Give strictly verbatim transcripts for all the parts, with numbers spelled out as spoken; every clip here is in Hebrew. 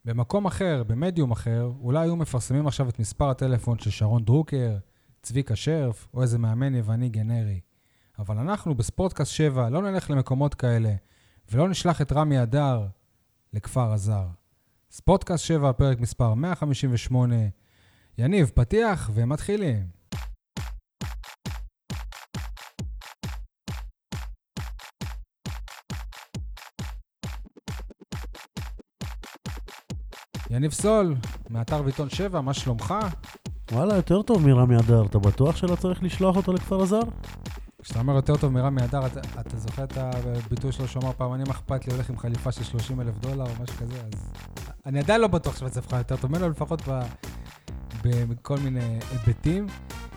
במקום אחר, במדיום אחר, אולי היו מפרסמים עכשיו את מספר הטלפון של שרון דרוקר, צביקה שרף, או איזה מאמן יווני גנרי. אבל אנחנו בספורטקאסט שבע לא נלך למקומות כאלה, ולא נשלח את רמי אדר לכפר הזר. ספורטקאסט שבע, פרק מספר מאה חמישים ושמונה. יניב, פתיח ומתחילים. יניב סול, מאתר ויטון שבע, מה שלומך? וואלה, יותר טוב מרמי אדר. אתה בטוח שלא צריך לשלוח אותו לכפר הזר? כשאתה אומר יותר טוב מרמי אדר, אתה, אתה זוכר את הביטוי שלו שאומר פעם, אני מחפת לי הולך עם חליפה של שלושים אלף דולר או משהו כזה, אז אני עדיין לא בטוח שבצפך יותר טוב ממנו, לפחות ב, בכל מיני היבטים.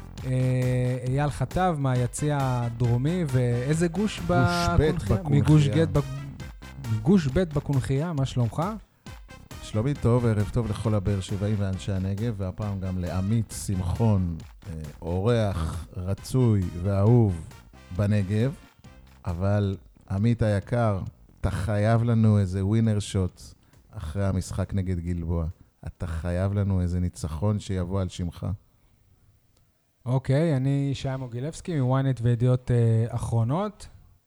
אייל חטב מהיציע הדרומי, ואיזה גוש בקונחייה? מגוש גט מגוש בית בקונחייה, מה שלומך? שלומי טוב, ערב טוב לכל הבאר שבעים ואנשי הנגב, והפעם גם לעמית שמחון, אורח רצוי ואהוב בנגב. אבל עמית היקר, אתה חייב לנו איזה ווינר שוט אחרי המשחק נגד גלבוע. אתה חייב לנו איזה ניצחון שיבוא על שמך. אוקיי, אני שי מוגילבסקי מוויינט וידיעות אחרונות.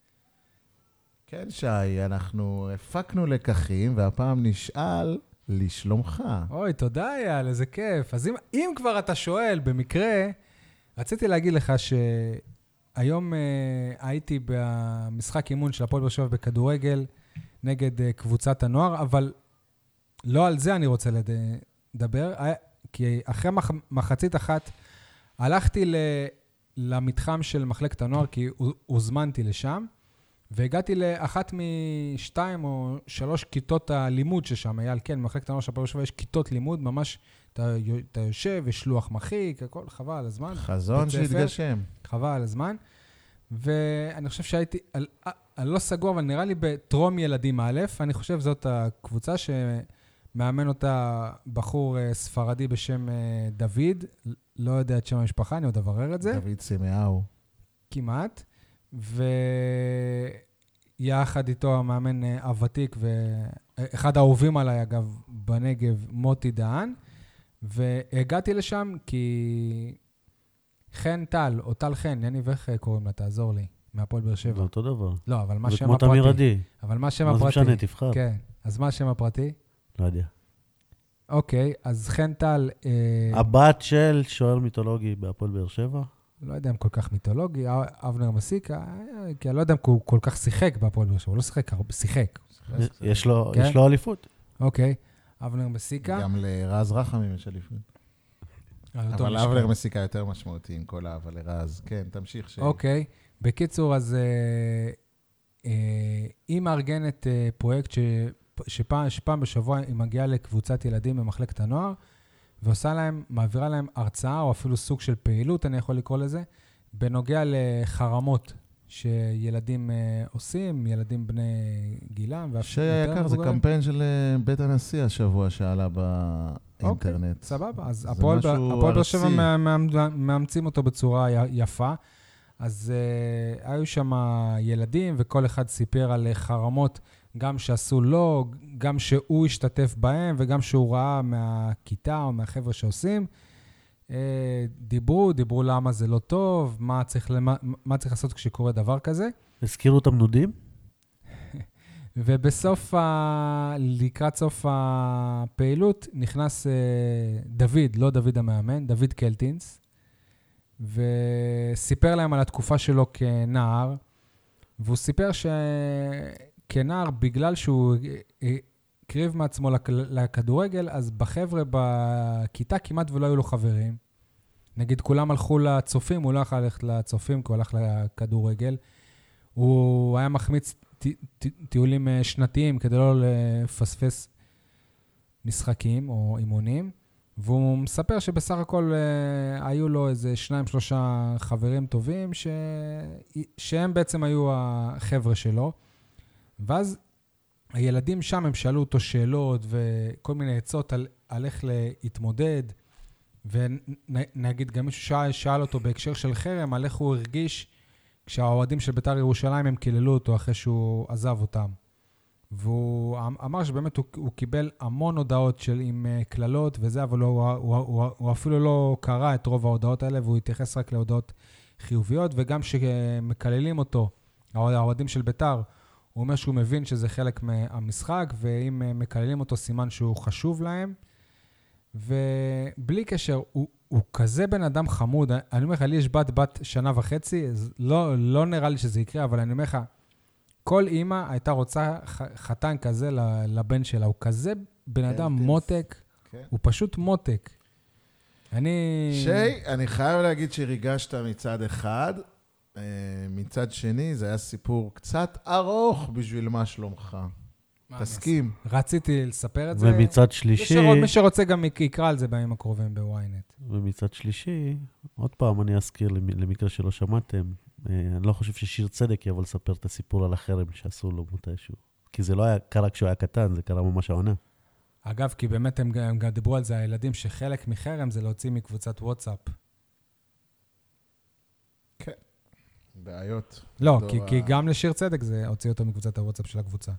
כן, שי, אנחנו הפקנו לקחים, והפעם נשאל לשלומך. אוי, תודה, יאל, איזה כיף. אז אם, אם כבר אתה שואל, במקרה, רציתי להגיד לך שהיום אה, הייתי במשחק אימון של הפועל באר שבע בכדורגל נגד אה, קבוצת הנוער, אבל לא על זה אני רוצה לדבר, כי אחרי מח, מחצית אחת הלכתי ל, למתחם של מחלקת הנוער, כי הוזמנתי לשם, והגעתי לאחת משתיים או שלוש כיתות הלימוד ששם, אייל, כן, במחלקת הנוער של הפועל באר שבע יש כיתות לימוד, ממש, אתה, אתה יושב, יש לוח מחיק, הכל, חבל על הזמן. חזון שהתגשם. חבל על הזמן. ואני חושב שהייתי, על, על לא סגור, אבל נראה לי בטרום ילדים א', אני חושב זאת הקבוצה שמאמן אותה בחור ספרדי בשם דוד, לא יודע את שם המשפחה, אני עוד אברר את זה. דוד סמיהו. כמעט. ויחד איתו המאמן הוותיק, ואחד האהובים עליי, אגב, בנגב, מוטי דהן, והגעתי לשם כי חן טל, או טל חן, יניב, איך קוראים לה, תעזור לי, מהפועל באר שבע. זה אותו דבר. לא, אבל מה זה שם כמו הפרטי? תמיר עדי. אבל מה שם מה הפרטי? זה משנה, תבחר. כן, אז מה שם הפרטי? לא יודע. אוקיי, אז חן טל... הבת של שוער מיתולוגי בהפועל באר שבע? לא יודע אם כל כך מיתולוגי, אבנר מסיקה, כי אני לא יודע אם הוא כל כך שיחק בהפועל באר שבע, הוא לא שיחק, שיחק. יש לו אליפות. אוקיי, אבנר מסיקה. גם לרז רחמים יש אליפות. אבל אבנר מסיקה יותר משמעותי עם כל האהבה לרז. כן, תמשיך ש... אוקיי, בקיצור, אז היא מארגנת פרויקט שפעם בשבוע היא מגיעה לקבוצת ילדים במחלקת הנוער, ועושה להם, מעבירה להם הרצאה, או אפילו סוג של פעילות, אני יכול לקרוא לזה, בנוגע לחרמות שילדים uh, עושים, ילדים בני גילם. שיקר, זה קמפיין של uh, בית הנשיא השבוע שעלה באינטרנט. אוקיי, סבבה. אז הפועל באר שבע מאמצים אותו בצורה יפה. אז uh, היו שם ילדים, וכל אחד סיפר על חרמות, גם שעשו לו, גם שהוא השתתף בהם, וגם שהוא ראה מהכיתה או מהחבר'ה שעושים. דיברו, דיברו למה זה לא טוב, מה צריך, למה, מה צריך לעשות כשקורה דבר כזה. הזכירו אותם נודים? ובסוף, ה... לקראת סוף הפעילות, נכנס דוד, לא דוד המאמן, דוד קלטינס, וסיפר להם על התקופה שלו כנער, והוא סיפר ש... כנער, בגלל שהוא קריב מעצמו לכדורגל, אז בחבר'ה בכיתה כמעט ולא היו לו חברים. נגיד, כולם הלכו לצופים, הוא לא יכול ללכת לצופים, כי הוא הלך לכדורגל. הוא היה מחמיץ טיולים שנתיים כדי לא לפספס משחקים או אימונים, והוא מספר שבסך הכל היו לו איזה שניים, שלושה חברים טובים, ש... שהם בעצם היו החבר'ה שלו. ואז הילדים שם, הם שאלו אותו שאלות וכל מיני עצות על, על איך להתמודד, ונגיד גם מישהו שאל, שאל אותו בהקשר של חרם, על איך הוא הרגיש כשהאוהדים של בית"ר ירושלים הם קיללו אותו אחרי שהוא עזב אותם. והוא אמר שבאמת הוא, הוא קיבל המון הודעות של עם כללות וזה, אבל הוא, הוא, הוא, הוא אפילו לא קרא את רוב ההודעות האלה, והוא התייחס רק להודעות חיוביות, וגם שמקללים אותו, האוהדים של ביתר, הוא אומר שהוא מבין שזה חלק מהמשחק, ואם מקללים אותו סימן שהוא חשוב להם, ובלי קשר, הוא, הוא כזה בן אדם חמוד. אני אומר לך, לי יש בת בת שנה וחצי, לא, לא נראה לי שזה יקרה, אבל אני אומר לך, כל אימא הייתה רוצה חתן כזה לבן שלה. הוא כזה בן אדם מותק, הוא פשוט מותק. אני... שי, אני חייב להגיד שריגשת מצד אחד, מצד שני, זה היה סיפור קצת ארוך בשביל מה שלומך. תסכים. רציתי לספר את זה. ומצד שלישי... מי שרוצה גם יקרא על זה בימים הקרובים בוויינט. ומצד שלישי, עוד פעם אני אזכיר למקרה שלא שמעתם, אני לא חושב ששיר צדק יבוא לספר את הסיפור על החרם שעשו לו מתישהו. כי זה לא היה קרה כשהוא היה קטן, זה קרה ממש העונה. אגב, כי באמת הם גם דיברו על זה, הילדים שחלק מחרם זה להוציא מקבוצת וואטסאפ. כן, בעיות. לא, כי, ה... כי גם לשיר צדק זה הוציא אותו מקבוצת הוואטסאפ של הקבוצה.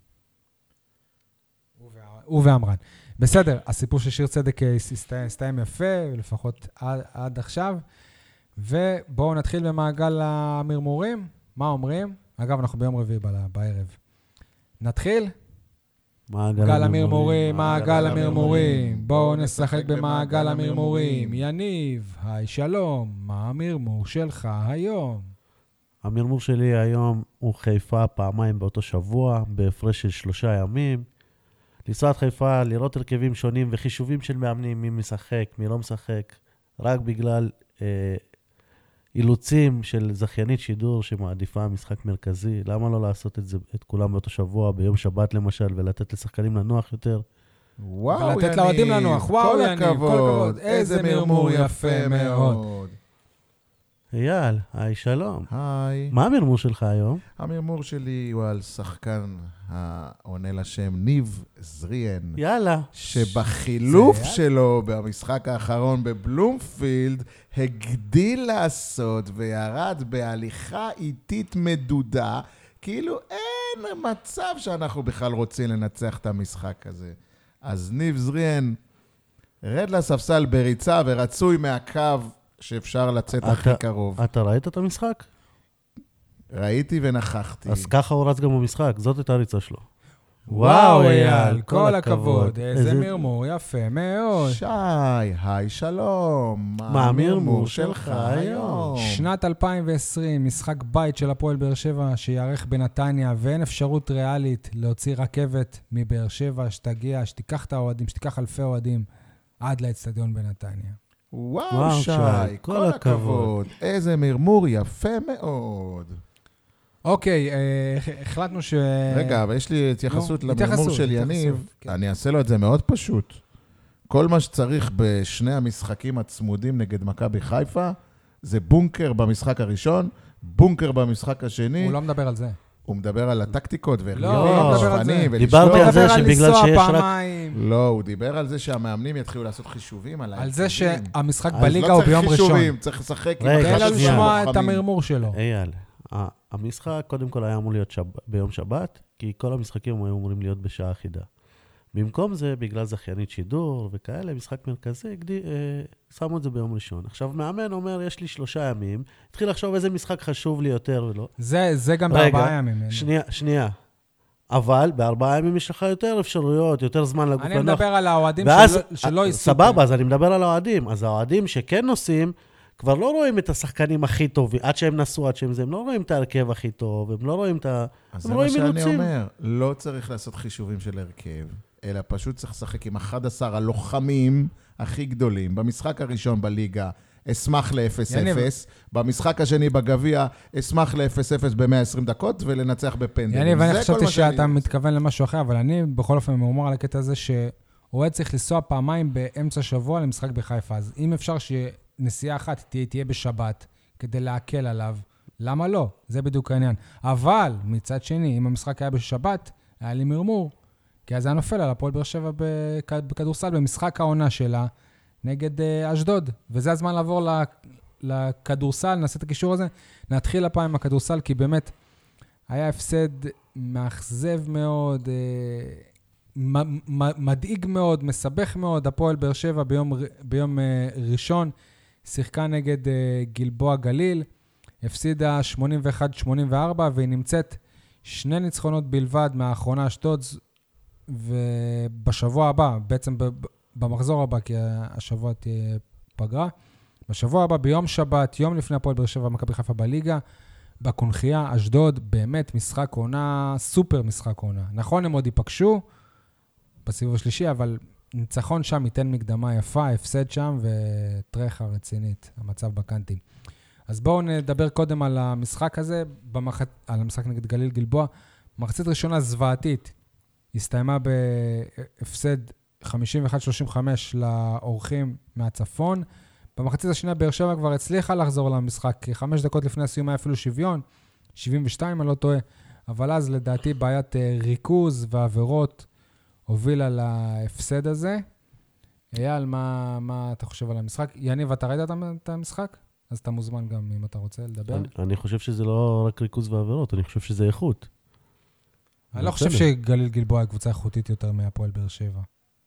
הוא ואמרן. בסדר, הסיפור של שיר צדק הסתיים יפה, לפחות עד, עד עכשיו. ובואו נתחיל במעגל המרמורים. מה אומרים? אגב, אנחנו ביום רביעי בערב. נתחיל? מעגל המרמורים, מעגל המרמורים. בואו נשחק במעגל המרמורים. יניב, היי שלום, מה המרמור שלך היום? המרמור שלי היום הוא חיפה פעמיים באותו שבוע, בהפרש של שלושה ימים. לנסוע את חיפה, לראות הרכבים שונים וחישובים של מאמנים, מי משחק, מי לא משחק, רק בגלל אה, אילוצים של זכיינית שידור שמעדיפה משחק מרכזי. למה לא לעשות את זה, את כולם באותו שבוע, ביום שבת למשל, ולתת לשחקנים לנוח יותר? וואו, יניב, ולתת לאוהדים לנוח, וואו, יניב, כל הכבוד, איזה מרמור יפה מאוד. אייל, היי שלום. היי. מה המרמור שלך היום? המרמור שלי הוא על שחקן העונה לשם ניב זריאן. יאללה. שבחילוף שלו במשחק האחרון בבלומפילד, הגדיל לעשות וירד בהליכה איטית מדודה, כאילו אין מצב שאנחנו בכלל רוצים לנצח את המשחק הזה. אז ניב זריאן רד לספסל בריצה ורצוי מהקו, שאפשר לצאת הכי קרוב. אתה ראית את המשחק? ראיתי ונכחתי. אז ככה הוא רץ גם במשחק, זאת הייתה הריצה שלו. וואו, אייל, כל הכבוד. איזה מרמור יפה מאוד. שי, היי שלום. מה המרמור שלך היום? שנת אלפיים ועשרים, משחק בית של הפועל באר שבע, שיערך בנתניה, ואין אפשרות ריאלית להוציא רכבת מבאר שבע, שתגיע, שתיקח את האוהדים, שתיקח אלפי אוהדים, עד לאצטדיון בנתניה. וואו, וואו שי, שי, כל, כל הכבוד. איזה מרמור יפה מאוד. אוקיי, אה, החלטנו ש... רגע, אבל יש לי התייחסות לא, למרמור של יניב. כן. אני אעשה לו את זה מאוד פשוט. כל מה שצריך בשני המשחקים הצמודים נגד מכבי חיפה, זה בונקר במשחק הראשון, בונקר במשחק השני. הוא לא מדבר על זה. הוא מדבר על הטקטיקות והרגלים, ושפנים, דיברתי על זה שבגלל שיש רק... לא, הוא דיבר על זה שהמאמנים יתחילו לעשות חישובים על על זה שהמשחק בליגה הוא ביום ראשון. אז לא צריך חישובים, צריך לשחק עם רגע, אלא לשמוע את המרמור שלו. אייל, המשחק קודם כל היה אמור להיות ביום שבת, כי כל המשחקים היו אמורים להיות בשעה אחידה. במקום זה, בגלל זכיינית שידור וכאלה, משחק מרכזי, שמו את זה ביום ראשון. עכשיו, מאמן אומר, יש לי שלושה ימים, התחיל לחשוב איזה משחק חשוב לי יותר ולא. זה, זה גם בארבעה ימים. שנייה, שנייה. אבל בארבעה ימים יש לך יותר אפשרויות, יותר זמן לגוף לנוח. אני מדבר על האוהדים שלא ייסעו. סבבה, אז אני מדבר על האוהדים. אז האוהדים שכן נוסעים, כבר לא רואים את השחקנים הכי טובים, עד שהם נסעו, עד שהם זה, הם לא רואים את ההרכב הכי טוב, הם לא רואים את ה... אז זה מה שאני אומר, לא צריך לעשות חישובים של הרכב, אלא פשוט צריך לשחק עם אחד עשר הלוחמים הכי גדולים. במשחק הראשון בליגה, אשמח ל-אפס אפס, במשחק השני בגביע, אשמח ל-אפס אפס ב-מאה ועשרים דקות, ולנצח בפנדלים. יניב, אני חשבתי שאתה מתכוון למשהו אחר, אבל אני בכל אופן מאומר על הקטע הזה, שאוהד צריך לנסוע פעמיים באמצע שבוע למשחק בחיפה. אז אם אפשר שנסיעה אחת תהיה, תהיה בשבת, כדי להקל עליו, למה לא? זה בדיוק העניין. אבל, מצד שני, אם המשחק היה בשבת, היה לי מרמור, כי אז היה נופל על הפועל באר שבע בכדורסל, במשחק העונה שלה, נגד אשדוד. וזה הזמן לעבור לכדורסל, נעשה את הקישור הזה. נתחיל הפעם עם הכדורסל, כי באמת, היה הפסד מאכזב מאוד, מדאיג מאוד, מסבך מאוד. הפועל באר שבע ביום, ביום ראשון שיחקה נגד גלבוע גליל, הפסידה שמונים ואחת שמונים וארבע, והיא נמצאת שני ניצחונות בלבד מהאחרונה אשדוד, ובשבוע הבא, בעצם במחזור הבא, כי השבוע תהיה פגרה, בשבוע הבא, ביום שבת, יום לפני הפועל באר שבע, מכבי חיפה בליגה, בקונחייה, אשדוד, באמת משחק עונה, סופר משחק עונה. נכון, הם עוד ייפגשו בסיבוב השלישי, אבל ניצחון שם ייתן מקדמה יפה, הפסד שם וטרחה רצינית, המצב בקנטים. אז בואו נדבר קודם על המשחק הזה, במח... על המשחק נגד גליל גלבוע. מחצית ראשונה זוועתית, הסתיימה בהפסד חמישים ואחת שלושים וחמש לאורחים מהצפון. במחצית השנייה באר שבע כבר הצליחה לחזור למשחק, חמש דקות לפני הסיום היה אפילו שוויון, שבעים ושתיים אני לא טועה, אבל אז לדעתי בעיית ריכוז ועבירות הובילה להפסד הזה. אייל, מה, מה אתה חושב על המשחק? יניב, אתה ראית את המשחק? אז אתה מוזמן גם אם אתה רוצה לדבר. אני, אני חושב שזה לא רק ריכוז ועבירות, אני חושב שזה איכות. אני לא חושב שגליל גלבוע היא קבוצה איכותית יותר מהפועל באר שבע.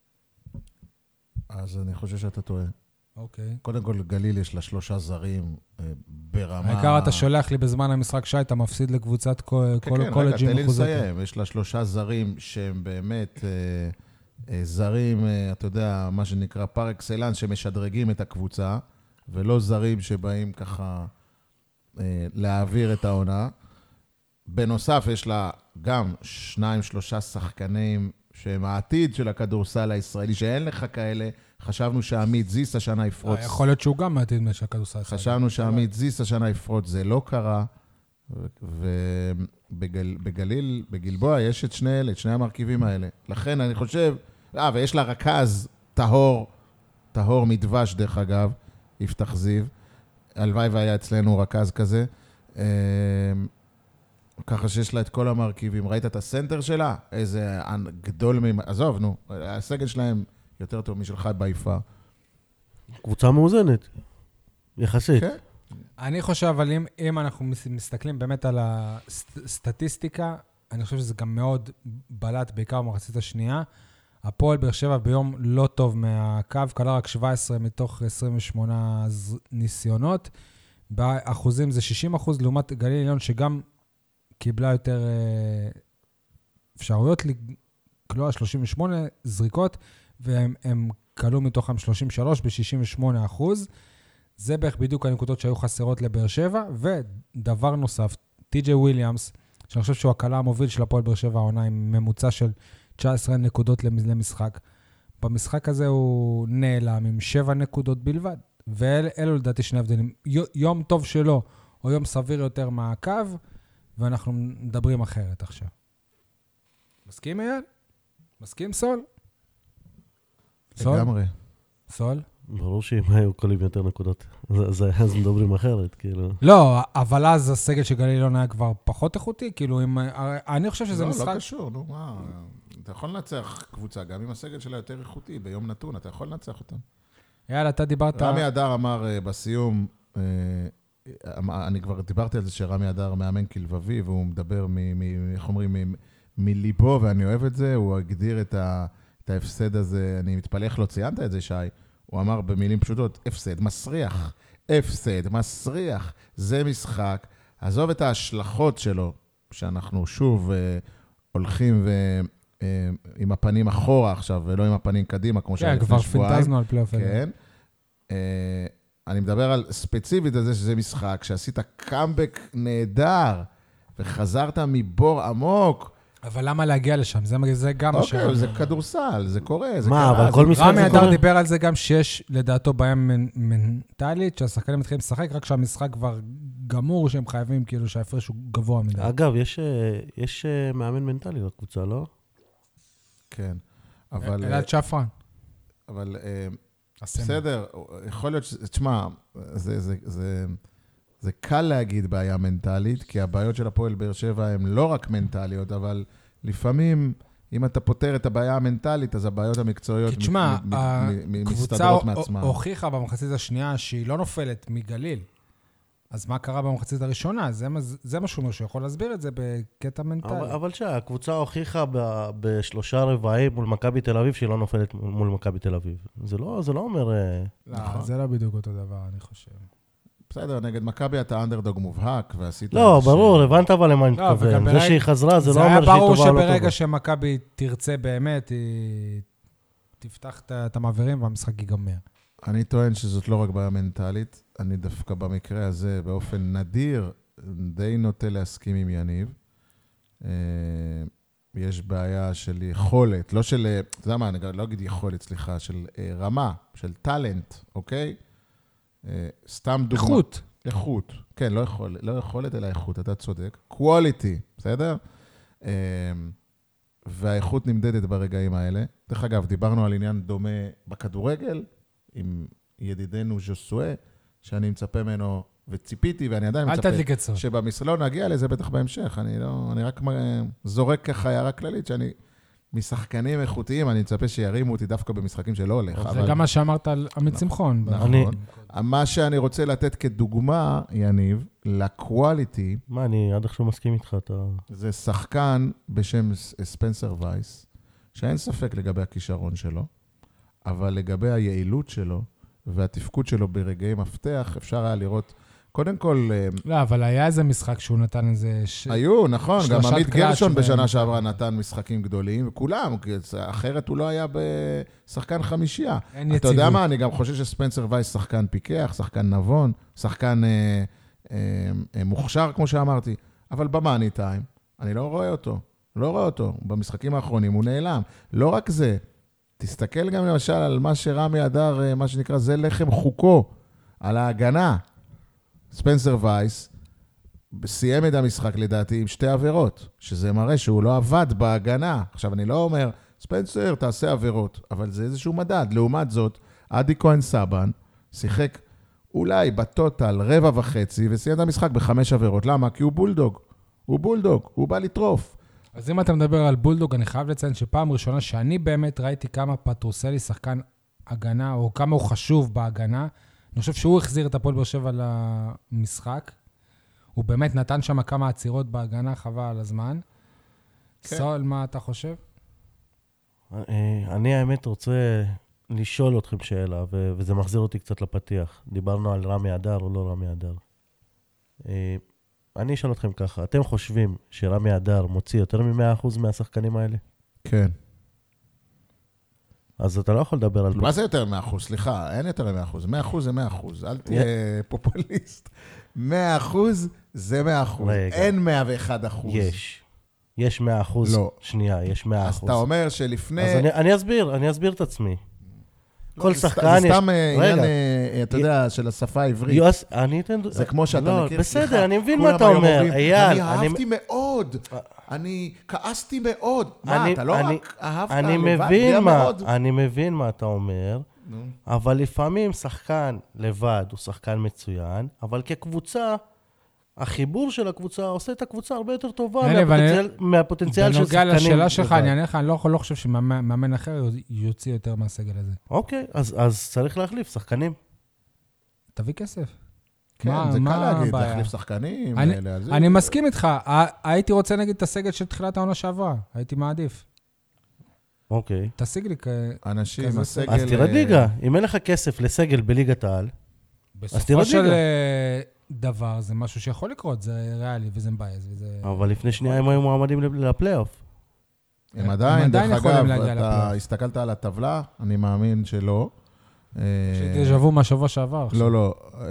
אז אני חושב שאתה טועה. אוקיי. קודם כל, גליל יש לה שלושה זרים ברמה... העיקר אתה שולח לי בזמן המשחק שי, אתה מפסיד לקבוצת קולג'ים מחוזקת. כן, רגע, תן לי לסיים. יש לה שלושה זרים שהם באמת זרים, אתה יודע, מה שנקרא פר אקסלנס, שמשדרגים את הקבוצה, ולא זרים שבאים ככה להעביר את העונה. בנוסף, יש לה גם שניים, שלושה שחקנים שהם העתיד של הכדורסל הישראלי, שאין לך כאלה. חשבנו שעמית זיס השנה יפרוץ. יכול להיות שהוא גם מעתיד של הכדורסל הישראלי. חשבנו שעמית זיס השנה יפרוץ, זה לא קרה. ובגליל, בגלבוע, יש את שני אלה, את שני המרכיבים האלה. לכן אני חושב, אה, ויש לה רכז טהור, טהור מדבש דרך אגב, יפתח זיו. הלוואי והיה אצלנו רכז כזה. ככה שיש לה את כל המרכיבים. ראית את הסנטר שלה? איזה גדול ממ... עזוב, נו. הסגל שלהם יותר טוב משלך ביפה. קבוצה מאוזנת. יחסית. כן. אני חושב, אבל אם, אם אנחנו מסתכלים באמת על הסטטיסטיקה, אני חושב שזה גם מאוד בלט, בעיקר במחצית השנייה. הפועל באר שבע ביום לא טוב מהקו, כלל רק שבע עשרה מתוך עשרים ושמונה ניסיונות. באחוזים זה שישים אחוז, לעומת גליל עליון שגם קיבלה יותר אפשרויות לקלוע שלושים ושמונה זריקות, והם הם קלו מתוכם שלושים ושלוש ב-שישים ושמונה אחוז. זה בערך בדיוק הנקודות שהיו חסרות לבאר שבע, ודבר נוסף, טי.ג'יי וויליאמס, שאני חושב שהוא הקלה המוביל של הפועל באר שבע העונה, עם ממוצע של תשע עשרה נקודות למשחק. במשחק הזה הוא נעלם עם שבע נקודות בלבד, ואלו לדעתי שני הבדלים. יום טוב שלו, או יום סביר יותר מהקו, ואנחנו מדברים אחרת עכשיו. מסכים, אייל? מסכים, סול? לגמרי. סול? ברור שאם היו קולים יותר נקודות, אז מדברים אחרת, כאילו. לא, אבל אז הסגל של גליל עליון היה כבר פחות איכותי, כאילו, אני חושב שזה משחק... לא, לא קשור, נו, מה? אתה יכול לנצח קבוצה, גם אם הסגל שלה יותר איכותי, ביום נתון, אתה יכול לנצח אותם. יאללה, אתה דיברת... רמי אדר אמר בסיום, אני כבר דיברתי על זה שרמי אדר מאמן כלבבי, והוא מדבר, איך אומרים, מליבו, ואני אוהב את זה, הוא הגדיר את ההפסד הזה, אני מתפלא איך לא ציינת את זה, שי. הוא אמר במילים פשוטות, הפסד מסריח, הפסד מסריח, זה משחק. עזוב את ההשלכות שלו, שאנחנו שוב אה, הולכים ו, אה, עם הפנים אחורה עכשיו, ולא עם הפנים קדימה, כמו שהיה לפני שבועיים. כבר פינטזנו על פלייאוף. כן. אה, אני מדבר על ספציפית על זה שזה משחק, שעשית קאמבק נהדר, וחזרת מבור עמוק, אבל למה להגיע לשם? זה, זה גם... אוקיי, זה כדורסל, זה קורה, זה מה, קרה. אבל כל משחק רמי אדר דיבר על זה גם שיש לדעתו בעיה מנטלית, שהשחקנים מתחילים לשחק, רק שהמשחק כבר גמור, שהם חייבים כאילו שההפרש הוא גבוה מדי. אגב, יש, יש מאמן מנטלי לקבוצה, לא? כן, אבל... אלעד שפרן. אבל בסדר, יכול להיות ש... תשמע, זה... זה, זה זה קל להגיד בעיה מנטלית, כי הבעיות של הפועל באר שבע הן לא רק מנטליות, אבל לפעמים, אם אתה פותר את הבעיה המנטלית, אז הבעיות המקצועיות תשמע, מסתדרות מעצמן. הקבוצה הוכיחה במחצית השנייה שהיא לא נופלת מגליל. אז מה קרה במחצית הראשונה? זה, זה מה שהוא אומר, שהוא יכול להסביר את זה בקטע מנטלי. אבל, אבל שהקבוצה הוכיחה ב, בשלושה רבעים מול מכבי תל אביב, שהיא לא נופלת מול מכבי תל אביב. זה לא, זה לא אומר... לא, נכון. זה לא בדיוק אותו דבר, אני חושב. בסדר, נגד מכבי אתה אנדרדוג מובהק, ועשית... לא, ש... ברור, הבנת אבל למה אני מתכוון. זה שהיא חזרה, זה, זה לא אומר שהיא טובה או לא טובה. זה היה ברור שברגע שמכבי תרצה באמת, היא תפתח את המעברים והמשחק ייגמר. אני טוען שזאת לא רק בעיה מנטלית, אני דווקא במקרה הזה, באופן נדיר, די נוטה להסכים עם יניב. יש בעיה של יכולת, לא של, אתה יודע מה, אני לא אגיד יכולת, סליחה, של רמה, של טלנט, אוקיי? סתם דוגמה. איכות. איכות, כן, לא יכולת, לא יכולת, אלא איכות, אתה צודק. quality, בסדר? והאיכות נמדדת ברגעים האלה. דרך אגב, דיברנו על עניין דומה בכדורגל, עם ידידנו ז'וסואה, שאני מצפה ממנו, וציפיתי, ואני עדיין מצפה, שבמשחק לא נגיע לזה בטח בהמשך, אני לא, אני רק זורק ככה הערה כללית, שאני משחקנים איכותיים, אני מצפה שירימו אותי דווקא במשחקים שלא הולך. זה גם מה שאמרת על עמית צמחון. נכון. מה שאני רוצה לתת כדוגמה, יניב, לקואליטי, מה, אני עד עכשיו מסכים איתך, אתה... זה שחקן בשם ספנסר וייס, שאין ספק לגבי הכישרון שלו, אבל לגבי היעילות שלו, והתפקוד שלו ברגעי מפתח, אפשר היה לראות, קודם כל... לא, אבל היה איזה משחק שהוא נתן איזה... היו, נכון, גם עמית גרשון בשנה שעברה נתן משחקים גדולים, וכולם, אחרת הוא לא היה בשחקן חמישייה. אין יציבות. אתה יודע מה, אני גם חושב שספנסר וייס שחקן פיקח, שחקן נבון, שחקן מוכשר, כמו שאמרתי, אבל במאני טיים, אני לא רואה אותו, לא רואה אותו. במשחקים האחרונים הוא נעלם. לא רק זה, תסתכל גם למשל על מה שרמי אדר, מה שנקרא, זה לחם חוקו, על ההגנה. ספנסר וייס סיים את המשחק לדעתי עם שתי עבירות, שזה מראה שהוא לא עבד בהגנה. עכשיו אני לא אומר, ספנסר תעשה עבירות, אבל זה איזשהו מדד. לעומת זאת, אדי כהן סבן שיחק אולי בטוטל רבע וחצי, וסיים את המשחק בחמש עבירות. למה? כי הוא בולדוג. הוא בולדוג, הוא בא לטרוף. אז אם אתה מדבר על בולדוג, אני חייב לציין שפעם ראשונה שאני באמת ראיתי כמה פטרוסלי שחקן הגנה, או כמה הוא חשוב בהגנה, אני חושב שהוא החזיר את הפועל באר שבע למשחק. הוא באמת נתן שם כמה עצירות בהגנה, חבל על הזמן. כן. סול, מה אתה חושב? אני האמת רוצה לשאול אתכם שאלה, וזה מחזיר אותי קצת לפתיח. דיברנו על רמי אדר או לא רמי אדר. אני אשאל אתכם ככה, אתם חושבים שרמי אדר מוציא יותר מ-מאה אחוז מהשחקנים האלה? כן. אז אתה לא יכול לדבר על... מה זה יותר מאה אחוז? סליחה, אין יותר מאה אחוז. מאה אחוז זה מאה אחוז. אל תהיה פופוליסט. מאה אחוז זה מאה אחוז. אין מאה ואחד אחוז. יש. יש מאה אחוז. לא. שנייה, יש מאה אחוז. אז אתה אומר שלפני... אז אני, אני אסביר, אני אסביר את עצמי. כל שחקן יש... זה סתם עניין, אתה יודע, של השפה העברית. אני אתן... זה כמו שאתה מכיר. בסדר, אני מבין מה אתה אומר. אני אהבתי מאוד. אני כעסתי מאוד. מה, אתה לא רק אהבת לבד, היה מאוד. אני מבין מה אתה אומר, אבל לפעמים שחקן לבד הוא שחקן מצוין, אבל כקבוצה, החיבור של הקבוצה עושה את הקבוצה הרבה יותר טובה מהפוטנציאל של שחקנים. בנוגע לשאלה שלך, אני אענה לך, אני לא חושב שמאמן אחר יוציא יותר מהסגל הזה. אוקיי, אז צריך להחליף שחקנים. תביא כסף. כן, זה קל להגיד, להחליף שחקנים. אני מסכים איתך, הייתי רוצה נגיד את הסגל של תחילת העונה שעברה, הייתי מעדיף. אוקיי. תשיג לי אנשים, הסגל... אז תרד ליגה, אם אין לך כסף לסגל בליגת העל, אז תרד ליגה. בסופו של דבר, זה משהו שיכול לקרות, זה ריאלי וזה מבייז. אבל לפני שנייה הם היו מועמדים לפלייאוף. הם עדיין, דרך אגב, אתה הסתכלת על הטבלה, אני מאמין שלא. שהייתי שבוע מהשבוע שעבר. לא, לא,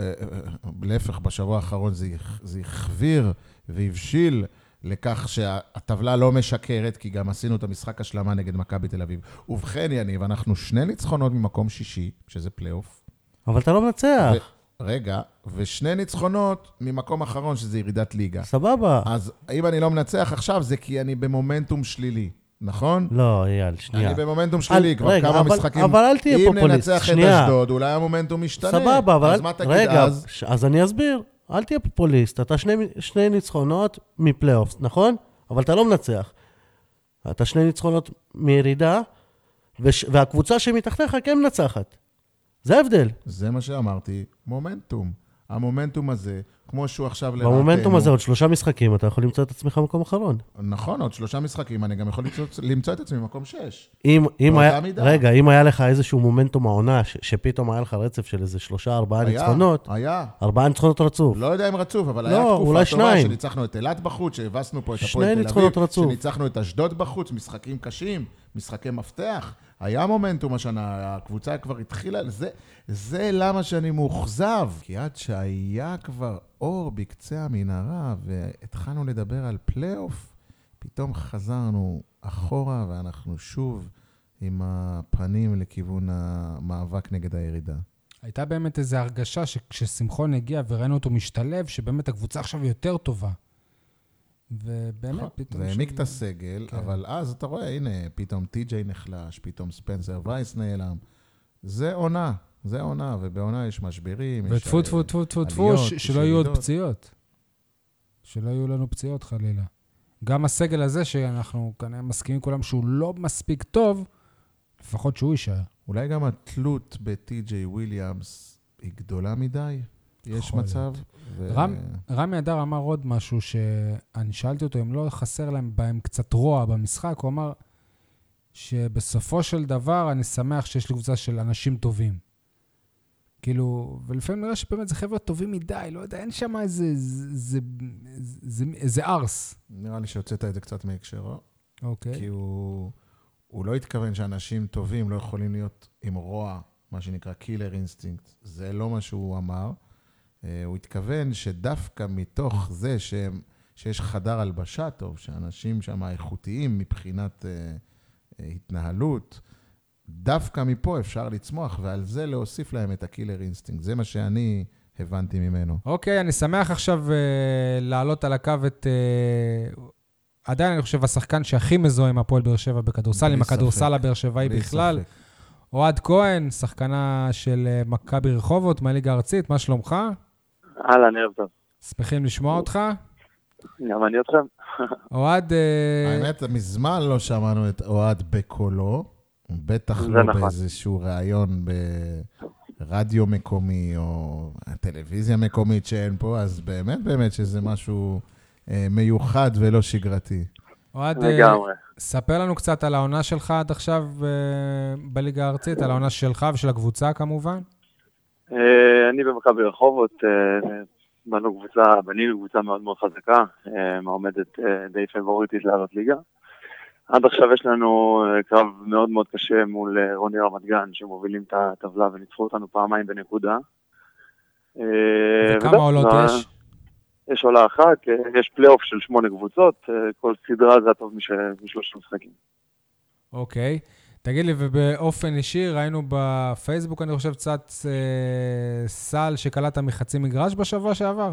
להפך, בשבוע האחרון זה יחביר והבשיל לכך שהטבלה לא משקרת, כי גם עשינו את המשחק השלמה נגד מכבי תל אביב. ובכן, יניב, אנחנו שני ניצחונות ממקום שישי, שזה פלייאוף. אבל אתה לא מנצח. רגע, ושני ניצחונות ממקום אחרון, שזה ירידת ליגה. סבבה. אז אם אני לא מנצח עכשיו, זה כי אני במומנטום שלילי. נכון? לא, אייל, שנייה. אני במומנטום שלילי, כבר רגע, כמה אבל, משחקים. אבל אל תהיה פופוליסט. אם ננצח שנייה. את אשדוד, אולי המומנטום משתנה. סבבה, אבל... אז מה תגיד רגע, אז? אז אני אסביר. אל תהיה פופוליסט. אתה שני, שני ניצחונות מפלייאוף, נכון? אבל אתה לא מנצח. אתה שני ניצחונות מירידה, וש... והקבוצה שמתחתיך כן מנצחת. זה ההבדל. זה מה שאמרתי, מומנטום. המומנטום הזה כמו שהוא עכשיו לרעתנו. במומנטום הזה עוד שלושה משחקים, אתה יכול למצוא את עצמך במקום אחרון. נכון, עוד שלושה משחקים, אני גם יכול למצוא, למצוא את עצמי במקום שש. אם, אם היה, מידה. רגע, אם היה לך איזשהו מומנטום העונה, ש, שפתאום היה לך רצף של איזה שלושה, ארבעה היה, ניצחונות, היה. ארבעה ניצחונות רצוף. לא יודע אם רצוף, אבל לא, היה תקופה אולי טובה שניים. שניצחנו את אילת בחוץ, שהבסנו פה את שני הפועל תל ניצחונות אביב, רצוף. שניצחנו את אשדוד בחוץ, משחקים קשים, משחקי מפתח. היה מומנטום השנה, הקבוצה כבר התחילה, זה, זה למה שאני מאוכזב. כי עד שהיה כבר אור בקצה המנהרה, והתחלנו לדבר על פלייאוף, פתאום חזרנו אחורה, ואנחנו שוב עם הפנים לכיוון המאבק נגד הירידה. הייתה באמת איזו הרגשה שכששמחון הגיע וראינו אותו משתלב, שבאמת הקבוצה עכשיו יותר טובה. ובאמת, פתאום... זה העמיק את הסגל, כן. אבל אז אתה רואה, הנה, פתאום טי-ג'יי נחלש, פתאום ספנסר וייס נעלם. זה עונה, זה עונה, ובעונה יש משברים, וטפו, טפו, טפו, טפו, טפו, שלא יהיו עוד פציעות. שלא יהיו לנו פציעות, חלילה. גם הסגל הזה, שאנחנו כנראה מסכימים כולם שהוא לא מספיק טוב, לפחות שהוא יישאר. אולי גם התלות בטי-ג'יי וויליאמס היא גדולה מדי? יש מצב? ו... רם, רמי אדר אמר עוד משהו שאני שאלתי אותו, אם לא חסר להם בהם קצת רוע במשחק, הוא אמר שבסופו של דבר אני שמח שיש לי קבוצה של אנשים טובים. כאילו, ולפעמים נראה שבאמת זה חבר'ה טובים מדי, לא יודע, אין שם איזה, איזה, איזה, איזה ארס. נראה לי שהוצאת את זה קצת מהקשרו. אוקיי. כי הוא, הוא לא התכוון שאנשים טובים לא יכולים להיות עם רוע, מה שנקרא קילר אינסטינקט. זה לא מה שהוא אמר. הוא התכוון שדווקא מתוך זה שהם, שיש חדר הלבשה טוב, שאנשים שם איכותיים מבחינת uh, התנהלות, דווקא מפה אפשר לצמוח, ועל זה להוסיף להם את הקילר אינסטינקט. זה מה שאני הבנתי ממנו. אוקיי, אני שמח עכשיו uh, לעלות על הקו את... Uh, עדיין אני חושב השחקן שהכי מזוהה עם הפועל באר שבע בכדורסל, עם הכדורסל הבאר שבעי בכלל. ספק. אוהד כהן, שחקנה של uh, מכבי רחובות, מהליגה הארצית, מה שלומך? אהלן, ערב טוב. שמחים לשמוע אותך. גם אני אתכם. אוהד... האמת, מזמן לא שמענו את אוהד בקולו, בטח לא נכון. באיזשהו ראיון ברדיו מקומי או טלוויזיה מקומית שאין פה, אז באמת באמת שזה משהו אה, מיוחד ולא שגרתי. אוהד, אה, ספר לנו קצת על העונה שלך עד עכשיו אה, בליגה הארצית, על העונה שלך ושל הקבוצה כמובן. אני במכבי רחובות, בנו קבוצה, בנינו קבוצה מאוד מאוד חזקה, מעומדת די פייבוריטית לעלות ליגה. עד עכשיו יש לנו קרב מאוד מאוד קשה מול רוני רמת גן, שמובילים את הטבלה וניצחו אותנו פעמיים בנקודה. וכמה עולות יש? יש עולה אחת, יש פלייאוף של שמונה קבוצות, כל סדרה זה הטוב משלוש משחקים. אוקיי. תגיד לי, ובאופן אישי, ראינו בפייסבוק, אני חושב, קצת אה, סל שקלט מחצי מגרש בשבוע שעבר?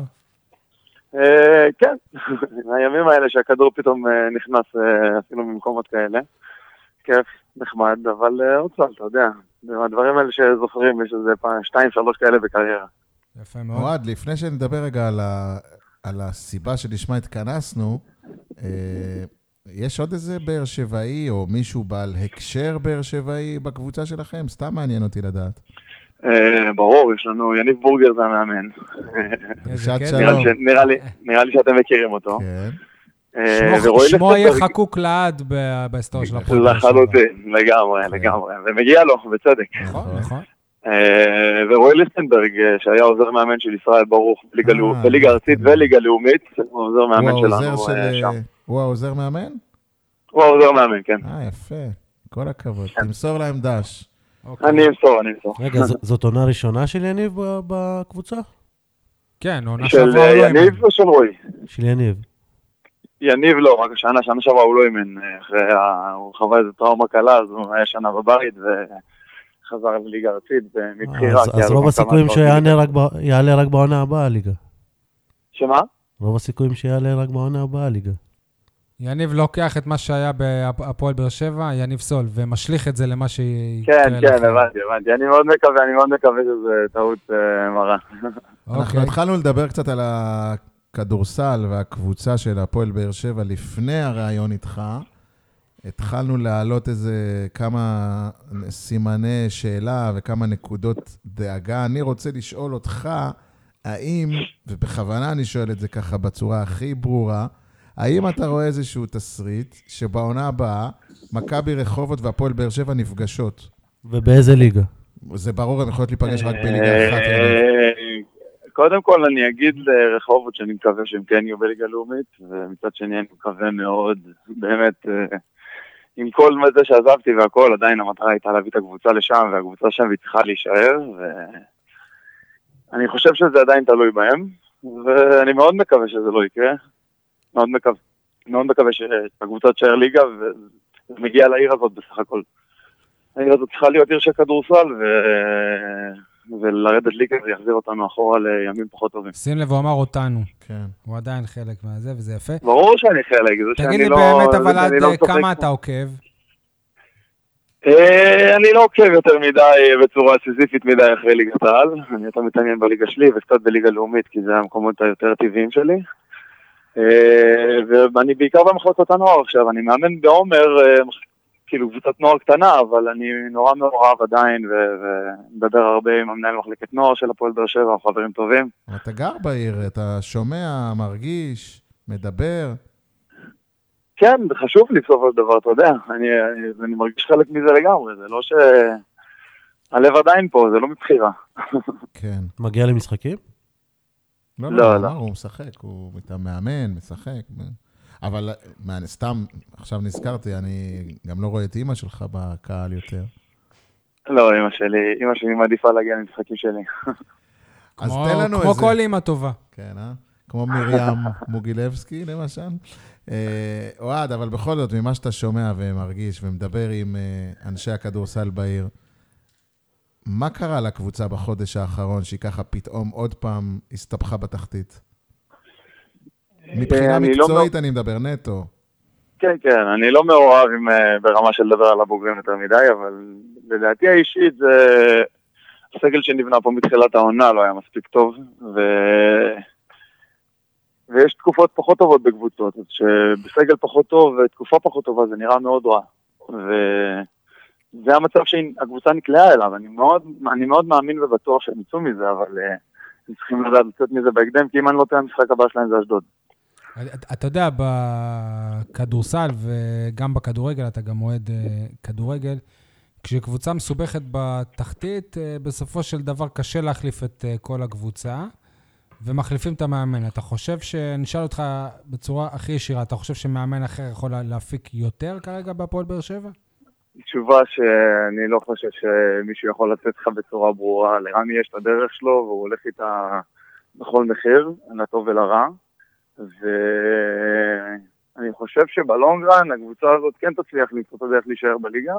אה, כן, הימים האלה שהכדור פתאום אה, נכנס אה, אפילו ממקומות כאלה. כיף, נחמד, אבל אה, עוד צל, אתה יודע. הדברים האלה שזוכרים, יש איזה פעם, שתיים, שלוש כאלה בקריירה. יפה מאוד. אוהד, לפני שנדבר רגע על, ה, על הסיבה שלשמה התכנסנו, אה, יש עוד איזה באר שבעי, או מישהו בעל הקשר באר שבעי בקבוצה שלכם? סתם מעניין אותי לדעת. ברור, יש לנו יניב בורגר זה המאמן. שעת שלום. נראה לי שאתם מכירים אותו. כן. שמו יהיה חקוק לעד בהיסטוריה של הפועל באר שבע. לחלוטין, לגמרי, לגמרי. ומגיע לו, בצדק. נכון, נכון. ורועי ליסטנברג, שהיה עוזר מאמן של ישראל ברוך בליגה ארצית וליגה לאומית, הוא עוזר מאמן שלנו שם. הוא העוזר מאמן? הוא העוזר מאמן, כן. אה, יפה. כל הכבוד. תמסור להם דש. אני אמסור, אני אמסור. רגע, זאת עונה ראשונה של יניב בקבוצה? כן, עונה שעברה הוא לא אימן. של יניב או של רועי? של יניב. יניב לא, רק השנה, שנה שעברה הוא לא אימן. הוא חווה איזו טראומה קלה, אז הוא היה שנה בבית וחזר לליגה ארצית מבחירה. אז רוב הסיכויים שיעלה רק בעונה הבאה ליגה. שמה? רוב הסיכויים שיעלה רק בעונה הבאה ליגה. יניב לוקח את מה שהיה בהפועל באר שבע, יניב סול, ומשליך את זה למה שיקרה כן, כן, הבנתי, הבנתי. אני מאוד מקווה, אני מאוד מקווה שזה טעות מרה. אנחנו התחלנו לדבר קצת על הכדורסל והקבוצה של הפועל באר שבע לפני הרעיון איתך. התחלנו להעלות איזה כמה סימני שאלה וכמה נקודות דאגה. אני רוצה לשאול אותך, האם, ובכוונה אני שואל את זה ככה בצורה הכי ברורה, האם אתה רואה איזשהו תסריט שבעונה הבאה, מכבי רחובות והפועל באר שבע נפגשות? ובאיזה ליגה? זה ברור, הם יכולות להיפגש רק בליגה אחת. קודם כל אני אגיד לרחובות שאני מקווה שהם כן יהיו בליגה לאומית, ומצד שני אני מקווה מאוד, באמת, עם כל זה שעזבתי והכל, עדיין המטרה הייתה להביא את הקבוצה לשם, והקבוצה שם היא צריכה להישאר, ואני חושב שזה עדיין תלוי בהם, ואני מאוד מקווה שזה לא יקרה, מאוד מקווה, מאוד מקווה שהקבוצה תשאר ליגה, ומגיעה לעיר הזאת בסך הכל. העיר הזאת צריכה להיות עיר של כדורסל, ו... ולרדת ליגה זה יחזיר אותנו אחורה לימים פחות טובים. שים לב, הוא אמר אותנו. כן. הוא עדיין חלק מהזה, וזה יפה. ברור שאני חלק. תגיד לי באמת, אבל עד כמה אתה עוקב? אני לא עוקב יותר מדי בצורה סיזיפית מדי אחרי ליגת העל. אני יותר מתעניין בליגה שלי וקצת בליגה לאומית, כי זה המקומות היותר טבעיים שלי. ואני בעיקר במחלקות הנוער עכשיו. אני מאמן בעומר, כאילו קבוצת נוער קטנה, אבל אני נורא מעורב עדיין, ומדבר הרבה עם המנהל מחלקת נוער של הפועל באר שבע, חברים טובים. אתה גר בעיר, אתה שומע, מרגיש, מדבר. כן, זה חשוב לי בסופו של דבר, אתה יודע. אני, אני, אני מרגיש חלק מזה לגמרי, זה לא ש... הלב עדיין פה, זה לא מבחירה. כן. מגיע למשחקים? לא, לא, לא. הוא משחק, הוא מאמן, משחק. אבל סתם, עכשיו נזכרתי, אני גם לא רואה את אמא שלך בקהל יותר. לא, אמא שלי, אמא שלי מעדיפה להגיע למשחקים שלי. אז תן לנו איזה... כמו כל אמא טובה. כן, אה? כמו מרים מוגילבסקי, למשל. אוהד, אבל בכל זאת, ממה שאתה שומע ומרגיש ומדבר עם אנשי הכדורסל בעיר, מה קרה לקבוצה בחודש האחרון שהיא ככה פתאום עוד פעם הסתבכה בתחתית? מבחינה מקצועית אני מדבר נטו. כן, כן, אני לא מעורב ברמה של לדבר על הבוגרים יותר מדי, אבל לדעתי האישית זה... הסגל שנבנה פה מתחילת העונה לא היה מספיק טוב, ו... ויש תקופות פחות טובות בקבוצות, אז שבסגל פחות טוב ותקופה פחות טובה זה נראה מאוד רע, וזה המצב שהקבוצה נקלעה אליו. אני מאוד, אני מאוד מאמין ובטוח שהם יצאו מזה, אבל הם צריכים לדעת לצאת מזה בהקדם, כי אם אני לא תהיה המשחק הבא שלהם זה אשדוד. אתה יודע, בכדורסל וגם בכדורגל, אתה גם אוהד כדורגל, כשקבוצה מסובכת בתחתית, בסופו של דבר קשה להחליף את כל הקבוצה, ומחליפים את המאמן. אתה חושב, שנשאל אותך בצורה הכי ישירה, אתה חושב שמאמן אחר יכול להפיק יותר כרגע בהפועל באר שבע? תשובה שאני לא חושב שמישהו יכול לתת לך בצורה ברורה. לרמי יש את הדרך שלו, והוא הולך איתה בכל מחיר, לטוב ולרע. ואני חושב שבלונגרן הקבוצה הזאת כן תצליח למצוא את הדרך להישאר בליגה.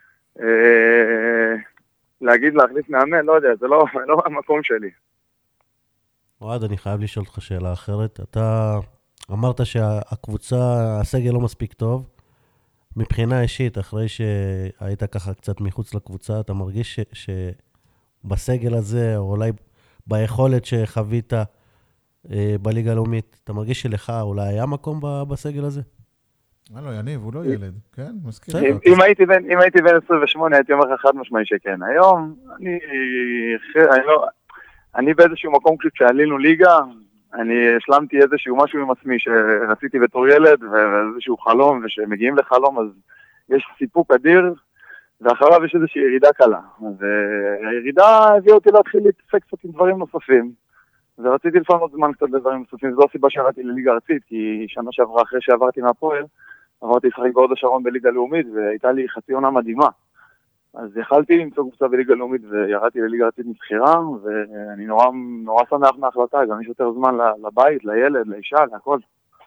להגיד להחליף מאמן, לא יודע, זה לא, לא המקום שלי. אוהד, אני חייב לשאול אותך שאלה אחרת. אתה אמרת שהקבוצה, הסגל לא מספיק טוב. מבחינה אישית, אחרי שהיית ככה קצת מחוץ לקבוצה, אתה מרגיש ש, שבסגל הזה, או אולי ביכולת שחווית אה, בליגה הלאומית, אתה מרגיש שלך אולי היה מקום בסגל הזה? לא, יניב, הוא לא ילד, כן? מזכיר. אם הייתי בן, אם הייתי בן עשרים ושמונה, הייתי אומר לך חד משמעי שכן. היום, אני, אני לא... אני באיזשהו מקום כשעלינו ליגה, אני השלמתי איזשהו משהו עם עצמי שרציתי בתור ילד, ואיזשהו חלום, ושמגיעים לחלום, אז יש סיפוק אדיר, ואחריו יש איזושהי ירידה קלה. והירידה הביאה אותי להתחיל להתעסק קצת עם דברים נוספים, ורציתי לפנות זמן קצת לדברים נוספים. זו הסיבה שהראיתי לליגה ארצית, כי שנה שעברה אחרי שעברתי מהפועל, עברתי לשחק בהוד השרון בליגה לאומית, והייתה לי חצי עונה מדהימה. אז יכלתי למצוא קבוצה בליגה לאומית וירדתי לליגה ארצית מבחירה, ואני נורא, נורא שמח מההחלטה, גם יש יותר זמן לבית, לילד, לאישה, להכל.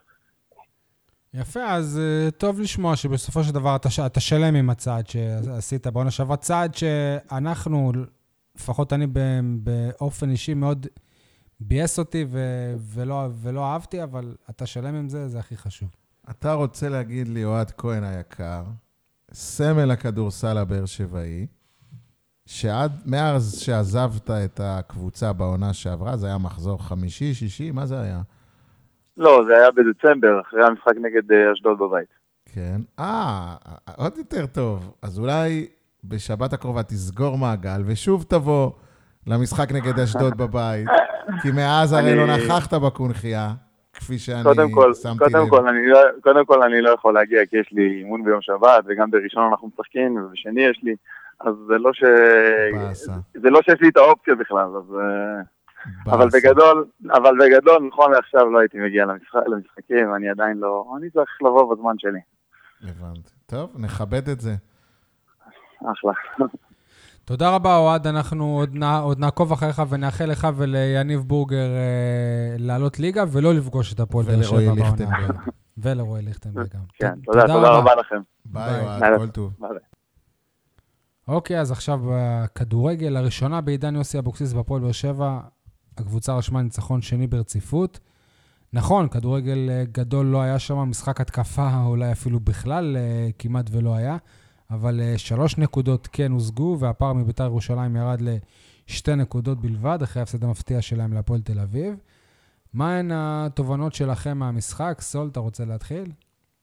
יפה, אז טוב לשמוע שבסופו של דבר אתה, אתה שלם עם הצעד שעשית בעונה שעברה, צעד שאנחנו, לפחות אני באופן אישי מאוד בייס אותי ו- ולא, ולא אהבתי, אבל אתה שלם עם זה, זה הכי חשוב. אתה רוצה להגיד לי, אוהד כהן היקר, סמל הכדורסל הבאר שבעי, שעד, מאז שעזבת את הקבוצה בעונה שעברה, זה היה מחזור חמישי, שישי, מה זה היה? לא, זה היה בדצמבר, אחרי המשחק נגד אשדוד בבית. כן. אה, עוד יותר טוב. אז אולי בשבת הקרובה תסגור מעגל, ושוב תבוא למשחק נגד אשדוד בבית. כי מאז הרי לא נכחת בקונחייה, כפי שאני קודם כל, שמתי קודם לב. כל, אני לא, קודם כל אני לא יכול להגיע, כי יש לי אימון ביום שבת, וגם בראשון אנחנו משחקים, ובשני יש לי, אז זה לא ש... באסה. זה לא שיש לי את האופציה בכלל, אז... באסה. אבל בגדול, אבל בגדול, נכון לעכשיו לא הייתי מגיע למשחק, למשחקים, אני עדיין לא... אני צריך לבוא בזמן שלי. הבנתי. טוב, נכבד את זה. אחלה. תודה רבה, אוהד, אנחנו עוד, נע, עוד נעקוב אחריך ונאחל לך וליניב בורגר אה, לעלות ליגה ולא לפגוש את הפועל באר שבע. ולרועי ליכטנברג. ולרועי ליכטנברג גם. כן, תודה, תודה רבה לכם. ביי, אוהד, כל טוב. ביי. אוקיי, אז עכשיו בכדורגל, לראשונה בעידן יוסי אבוקסיס בפועל באר שבע, הקבוצה רשמה ניצחון שני ברציפות. נכון, כדורגל גדול לא היה שם, משחק התקפה אולי אפילו בכלל כמעט ולא היה, אבל שלוש נקודות כן הושגו, והפער מביתר ירושלים ירד לשתי נקודות בלבד, אחרי הפסד המפתיע שלהם להפועל תל אביב. מהן התובנות שלכם מהמשחק? סול, אתה רוצה להתחיל?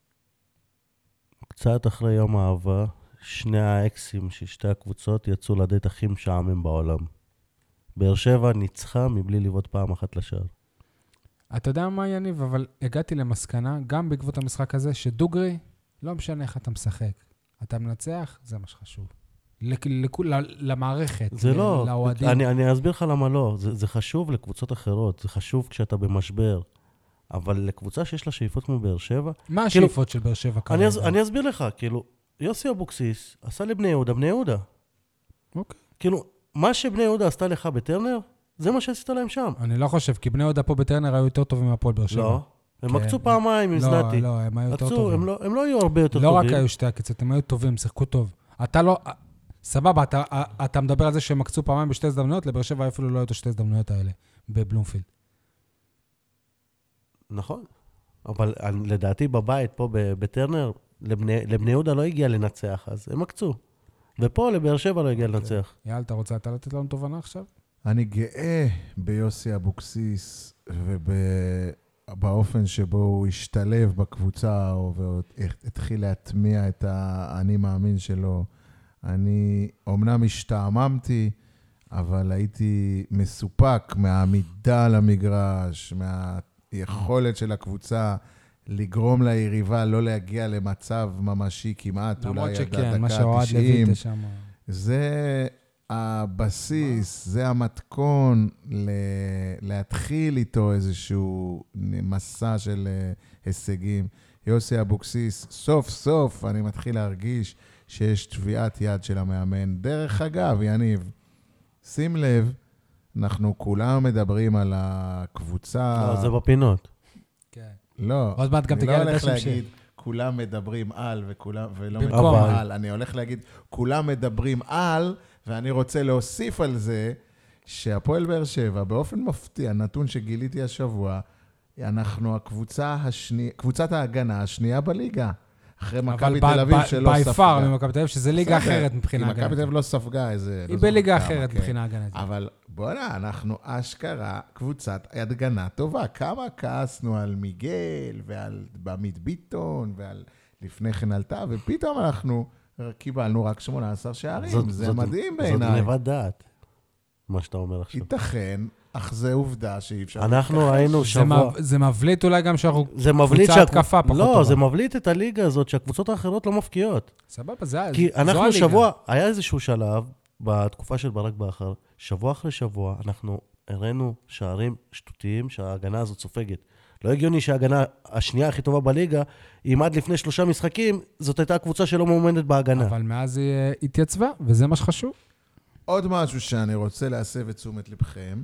קצת אחרי יום האהבה, שני האקסים של שתי הקבוצות יצאו לדייט הכי משעמם בעולם. באר שבע ניצחה מבלי לבעוט פעם אחת לשער. אתה יודע מה, יניב, אבל הגעתי למסקנה, גם בעקבות המשחק הזה, שדוגרי, לא משנה איך אתה משחק. אתה מנצח, זה מה שחשוב. למערכת, זה לא, לאוהדים. אני, אני אסביר לך למה לא. זה, זה חשוב לקבוצות אחרות, זה חשוב כשאתה במשבר. אבל לקבוצה שיש לה שאיפות כמו באר שבע... מה השאיפות של באר שבע כרגע? אני, אני אסביר לך, כאילו, יוסי אבוקסיס עשה לבני יהודה, בני יהודה. אוקיי. כאילו, מה שבני יהודה עשתה לך בטרנר, זה מה שעשית להם שם. אני לא חושב, כי בני יהודה פה בטרנר היו יותר טובים מהפועל באר שבע. לא, הם עקצו פעמיים עם זנתי. לא, לא, הם היו יותר טובים. הם לא, הם לא היו הרבה יותר לא טובים. רק היו שתי עקיצות, הם היו טובים, שיחקו טוב. אתה לא... סבבה, אתה, אתה מדבר על זה שהם עקצו פעמיים בשתי הזדמנויות, לבאר שבע אפילו לא היו את השתי הזדמנויות האלה, בבלומפילד. נכון. אבל לדעתי בבית, פה בטרנר, לבני, לבני יהודה לא הגיע לנצח, אז הם עקצו. ופה לבאר שבע לא הגיע לנצח. יאל, אתה רוצה אתה לתת לנו תובנה עכשיו? אני גאה ביוסי אבוקסיס ובאופן שבו הוא השתלב בקבוצה והתחיל להטמיע את האני מאמין שלו. אני אומנם השתעממתי, אבל הייתי מסופק מהעמידה על המגרש, מהיכולת של הקבוצה לגרום ליריבה לא להגיע למצב ממשי כמעט, אולי עד הדקה ה-תשעים. זה הבסיס, זה המתכון להתחיל איתו איזשהו מסע של הישגים. יוסי אבוקסיס, סוף סוף אני מתחיל להרגיש שיש תביעת יד של המאמן. דרך אגב, יניב, שים לב, אנחנו כולם מדברים על הקבוצה... לא, זה בפינות. כן. לא, עוד מעט גם אני תגיע לא הולך לדשם להגיד, כולם מדברים על וכולם, ולא במקום. מדברים על. אני הולך להגיד, כולם מדברים על, ואני רוצה להוסיף על זה, שהפועל באר שבע, באופן מפתיע, נתון שגיליתי השבוע, אנחנו הקבוצה השנייה, קבוצת ההגנה השנייה בליגה. אחרי מכבי תל אביב שלא ספגה. ביפר ממכבי תל אביב, שזה ליגה אחרת מבחינה הגנתית. מכבי תל אביב לא ספגה איזה... היא בליגה אחרת מבחינה הגנתית. אבל בוא נה, אנחנו אשכרה קבוצת הגנה טובה. כמה כעסנו על מיגל ועל עמית ביטון ועל לפני כן עלתה, ופתאום אנחנו קיבלנו רק שמונה עשר שערים. זה מדהים בעיניי. זאת לבד דעת, מה שאתה אומר עכשיו. ייתכן, אך זה עובדה שאי אפשר... אנחנו היינו שבוע... זה מבליט אולי גם שאנחנו קבוצה התקפה פחות טובה. לא, זה מבליט את הליגה הזאת שהקבוצות האחרות לא מפקיעות. סבבה, זה הליגה. כי אנחנו שבוע, היה איזשהו שלב בתקופה של ברק בכר, שבוע אחרי שבוע אנחנו הראינו שערים שטותיים שההגנה הזאת סופגת. לא הגיוני שההגנה השנייה הכי טובה בליגה, אם עד לפני שלושה משחקים, זאת הייתה הקבוצה שלא מאומנת בהגנה. אבל מאז היא התייצבה, וזה מה שחשוב. עוד משהו שאני רוצה להסב את תשומת לבכם.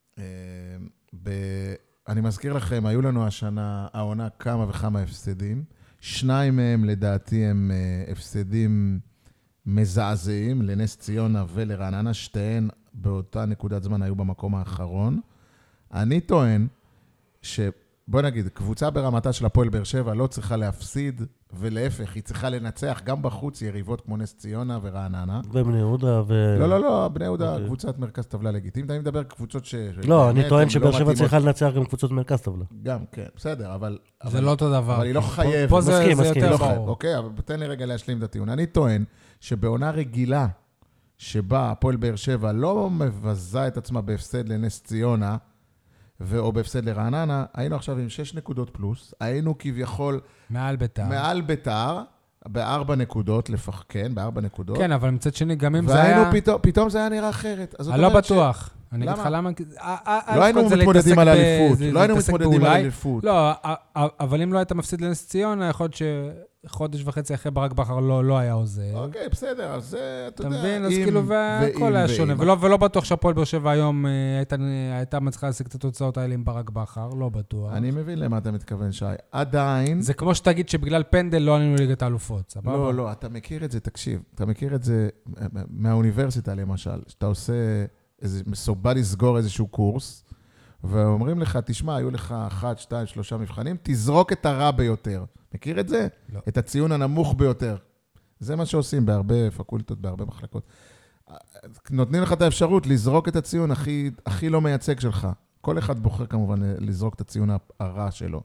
אני מזכיר לכם, היו לנו השנה, העונה כמה וכמה הפסדים. שניים מהם לדעתי הם הפסדים מזעזעים, לנס ציונה ולרעננה, שתיהן באותה נקודת זמן היו במקום האחרון. אני טוען שבוא נגיד, קבוצה ברמתה של הפועל באר שבע לא צריכה להפסיד, ולהפך, היא צריכה לנצח גם בחוץ יריבות כמו נס ציונה ורעננה. ובני יהודה ו... לא, לא, לא, בני יהודה, קבוצת מרכז טבלה לגיטימית. אני מדבר קבוצות ש... לא, אני טוען שבאר שבע צריכה לנצח גם קבוצות מרכז טבלה. גם, כן, בסדר, אבל... זה לא אותו דבר. אבל היא לא חייבת. פה זה יותר ברור. אוקיי, אבל תן לי רגע להשלים את הטיעון. אני טוען שבעונה רגילה, שבה הפועל באר שבע לא מבזה את עצמה בהפסד לנס ציונה, או בהפסד לרעננה, היינו עכשיו עם שש נקודות פלוס, היינו כביכול... מעל ביתר. מעל ביתר, בארבע נקודות, לפח, כן, בארבע נקודות. כן, אבל מצד שני, גם אם זה היה... והיינו פתאום, פתאום זה היה נראה אחרת. אני לא בטוח. אני אגיד לך למה... לא היינו מתמודדים על אליפות. לא היינו מתמודדים על אליפות. לא, אבל אם לא היית מפסיד לנס ציונה, יכול להיות שחודש וחצי אחרי ברק בכר לא היה עוזר. אוקיי, בסדר, אז זה, אתה יודע, אתה מבין? אז כאילו, והכל היה שונה. ולא בטוח שהפועל באר שבע היום הייתה מצליחה להשיג את התוצאות האלה עם ברק בכר, לא בטוח. אני מבין למה אתה מתכוון, שי. עדיין... זה כמו שתגיד שבגלל פנדל לא עלינו ליגת האלופות, סבבה? לא, לא, אתה מכיר את זה, תקשיב. אתה מכיר את זה מהאוניברסיטה, למשל, שאתה עושה... איזה, בא לסגור איזשהו קורס, ואומרים לך, תשמע, היו לך אחת, שתיים, שלושה מבחנים, תזרוק את הרע ביותר. מכיר את זה? לא. את הציון הנמוך ביותר. זה מה שעושים בהרבה פקולטות, בהרבה מחלקות. נותנים לך את האפשרות לזרוק את הציון הכי, הכי לא מייצג שלך. כל אחד בוחר כמובן לזרוק את הציון הרע שלו.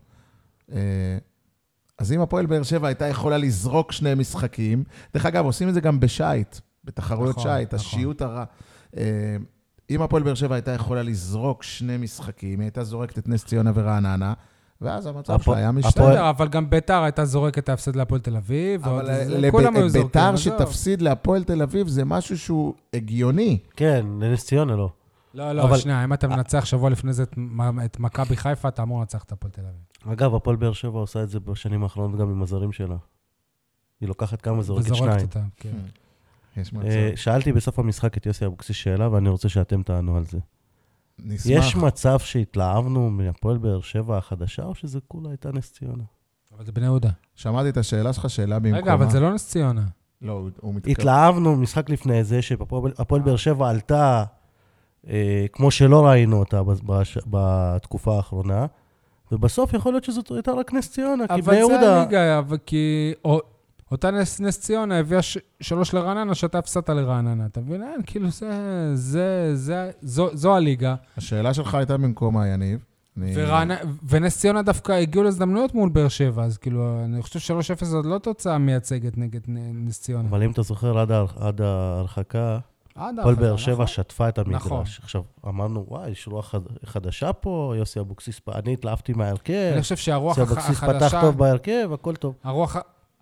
אז אם הפועל באר שבע הייתה יכולה לזרוק שני משחקים, דרך אגב, עושים את זה גם בשייט, בתחרויות נכון, שייט, נכון. השיעוט הרע. אם הפועל באר שבע הייתה יכולה לזרוק שני משחקים, היא הייתה זורקת את נס ציונה ורעננה, ואז המצב שלה היה משתנה. בסדר, אבל גם ביתר הייתה זורקת את ההפסד להפועל תל אביב, אבל ביתר שתפסיד להפועל תל אביב זה משהו שהוא הגיוני. כן, לנס ציונה לא. לא, לא, שנייה, אם אתה מנצח שבוע לפני זה את מכבי חיפה, אתה אמור לנצח את הפועל תל אביב. אגב, הפועל באר שבע עושה את זה בשנים האחרונות גם עם הזרים שלה. היא לוקחת כמה זורקת שניים. וזורקת אותה, כן. שאלתי בסוף המשחק את יוסי אבוקסיס שאלה, ואני רוצה שאתם תענו על זה. נשמח. יש מצב שהתלהבנו מהפועל באר שבע החדשה, או שזה כולה הייתה נס ציונה? אבל זה בני יהודה. שמעתי את השאלה שלך, שאלה במקומה. רגע, אבל זה לא נס ציונה. לא, הוא מתקרב. התלהבנו משחק לפני זה, שהפועל באר שבע עלתה, אה, כמו שלא ראינו אותה בש, בתקופה האחרונה, ובסוף יכול להיות שזאת הייתה רק נס ציונה, כי בני יהודה... אבל זה הליגה, כי... אותה נס, נס ציונה הביאה ש, שלוש לרעננה, שאתה הפסדת לרעננה. אתה מבין? אין, כאילו זה, זה, זה, זו, זו הליגה. השאלה שלך הייתה במקומה, יניב. אני... ורענ... ונס ציונה דווקא הגיעו להזדמנויות מול באר שבע, אז כאילו, אני חושב שלוש אפס זאת לא תוצאה מייצגת נגד נס ציונה. אבל אם אתה זוכר עד, עד ההרחקה, כל באר שבע שטפה את המגרש. נכון. עכשיו, אמרנו, וואי, יש רוח חדשה פה, יוסי אבוקסיס, אני התלהבתי מההרכב. אני חושב שהרוח יוסי אבוקסיס פתח טוב בהרכב, הכל טוב. הרוח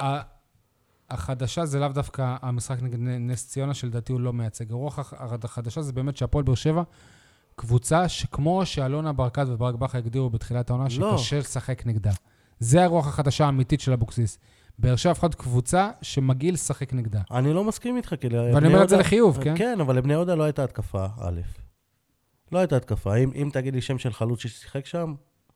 החדשה זה לאו דווקא המשחק נגד נס ציונה, שלדעתי הוא לא מייצג. הרוח החדשה זה באמת שהפועל באר שבע, קבוצה שכמו שאלונה ברקת וברק בכר הגדירו בתחילת העונה, שקשה לשחק נגדה. זה הרוח החדשה האמיתית של אבוקסיס. באר שבע הפכה קבוצה שמגעיל לשחק נגדה. אני לא מסכים איתך, כי... ואני אומר את זה לחיוב, כן? כן, אבל לבני יהודה לא הייתה התקפה, א'. לא הייתה התקפה. אם תגיד לי שם של חלוץ ששיחק שם...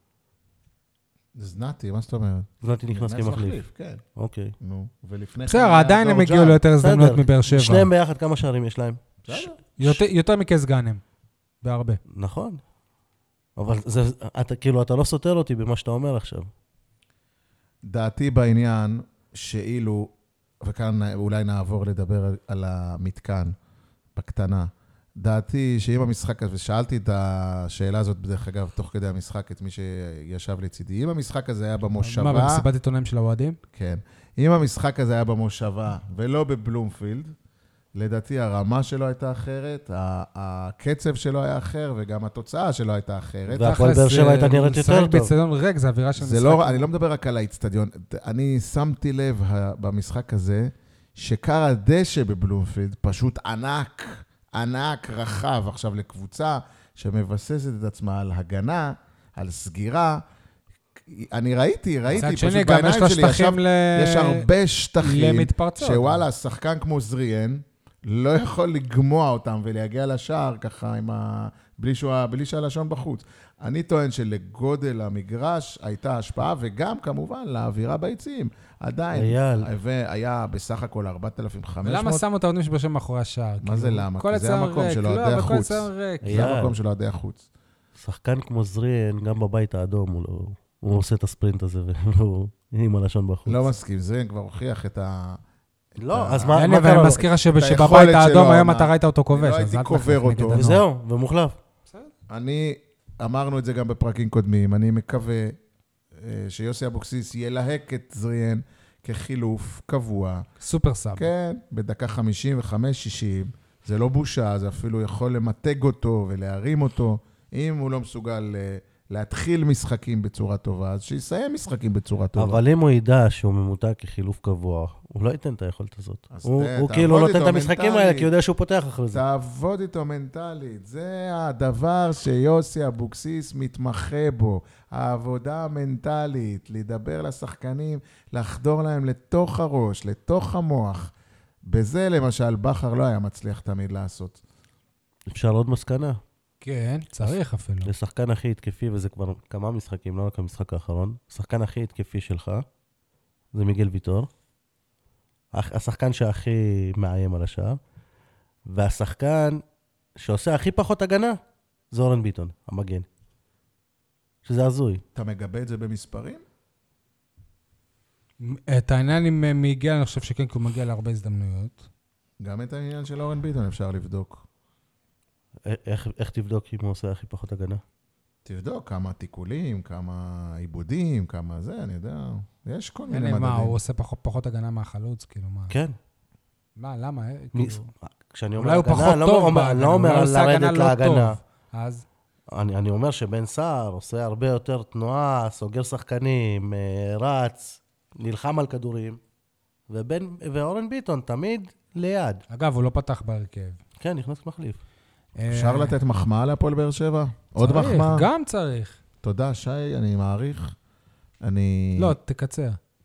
זנתי, מה זאת אומרת? זנתי נכנס כמחליף. כן. אוקיי. נו, ולפני... בסדר, עדיין הם הגיעו ליותר הזדמנויות מבאר שבע. שניהם ביחד, כמה שערים יש להם? יותר מכס גאנם. בהרבה. נכון. אבל זה, אתה, כאילו, אתה לא סותר אותי במה שאתה אומר עכשיו. דעתי בעניין, שאילו, וכאן אולי נעבור לדבר על המתקן, בקטנה. דעתי שאם המשחק הזה, ושאלתי את השאלה הזאת בדרך אגב, תוך כדי המשחק, את מי שישב לצידי, אם המשחק הזה היה במושבה... מה, במסיבת עיתונאים של האוהדים? כן. אם המשחק הזה היה במושבה, ולא בבלומפילד, לדעתי הרמה שלו הייתה אחרת, הקצב שלו היה אחר, וגם התוצאה שלו הייתה אחרת. והפועל באר שבע הייתה נראית יותר טוב. באצטדיון ריק, זה אווירה של משחק. אני לא מדבר רק על האצטדיון. אני שמתי לב במשחק הזה, שקר הדשא בבלומפילד פשוט ענק, ענק, רחב, עכשיו לקבוצה שמבססת את עצמה על הגנה, על סגירה. אני ראיתי, ראיתי, פשוט בעיניים שלי ישב, יש הרבה שטחים, שוואלה, השחקן כמו זריאן, לא יכול לגמוע אותם ולהגיע לשער ככה עם ה... בלי, שהוא... בלי שהלשון בחוץ. אני טוען שלגודל המגרש הייתה השפעה, וגם כמובן לאווירה ביציעים. עדיין, אייל. והיה בסך הכל ארבעת אלפים וחמש מאות. למה שמו את העודמים שבשם מאחורי השער? מה זה למה? כי זה המקום של אוהדי החוץ. זה המקום של אוהדי החוץ. שחקן כמו זריאן, גם בבית האדום, הוא לא... הוא עושה את הספרינט הזה, ולא עם הלשון בחוץ. לא מסכים, זה כבר הוכיח את ה... לא, אז מה קרה לו? אני מזכירה שבבית האדום היום אתה ראית אותו כובש. לא הייתי קובר אותו. וזהו, ומוחלף. אני, אמרנו את זה גם בפרקים קודמים, אני מקווה שיוסי אבוקסיס ילהק את זריאן כחילוף קבוע. סופר סאב. כן, בדקה חמישים וחמש שישים. זה לא בושה, זה אפילו יכול למתג אותו ולהרים אותו. אם הוא לא מסוגל להתחיל משחקים בצורה טובה, אז שיסיים משחקים בצורה טובה. אבל אם הוא ידע שהוא ממותג כחילוף קבוע, הוא לא ייתן את היכולת הזאת. הוא, ת, הוא כאילו איתו נותן את המשחקים האלה, כי הוא יודע שהוא פותח אחרי זה. תעבוד איתו מנטלית. זה הדבר שיוסי אבוקסיס מתמחה בו. העבודה המנטלית, לדבר לשחקנים, לחדור להם לתוך הראש, לתוך המוח. בזה למשל בכר לא היה מצליח תמיד לעשות. אפשר עוד מסקנה. כן, צריך אפילו. לשחקן הכי התקפי, וזה כבר כמה משחקים, לא רק המשחק האחרון, השחקן הכי התקפי שלך, זה מיגל ויטור, השחקן שהכי מאיים על השער, והשחקן שעושה הכי פחות הגנה, זה אורן ביטון, המגן. שזה הזוי. אתה מגבה את זה במספרים? את העניין עם מיגל, אני חושב שכן, כי הוא מגיע להרבה הזדמנויות. גם את העניין של אורן ביטון אפשר לבדוק. איך, איך תבדוק אם הוא עושה הכי פחות הגנה? תבדוק כמה תיקולים, כמה עיבודים, כמה זה, אני יודע. יש כל מיני מדדים. מה, הוא עושה פחות, פחות הגנה מהחלוץ, כאילו מה? כן. מה, למה? מי, כאילו... כשאני אולי אומר הוא הגנה, פחות לא טוב אומר, בהגנה, לא אומר אולי עושה לרדת הגנה לא להגנה. טוב. אז? אני, אני אומר שבן סער עושה הרבה יותר תנועה, סוגר שחקנים, רץ, נלחם על כדורים, ובן, ואורן ביטון תמיד ליד. אגב, הוא לא פתח בהרכב. כן, נכנס מחליף. אפשר לתת מחמאה להפועל באר שבע? עוד מחמאה? גם צריך. תודה, שי, אני מעריך. אני... לא, תקצר.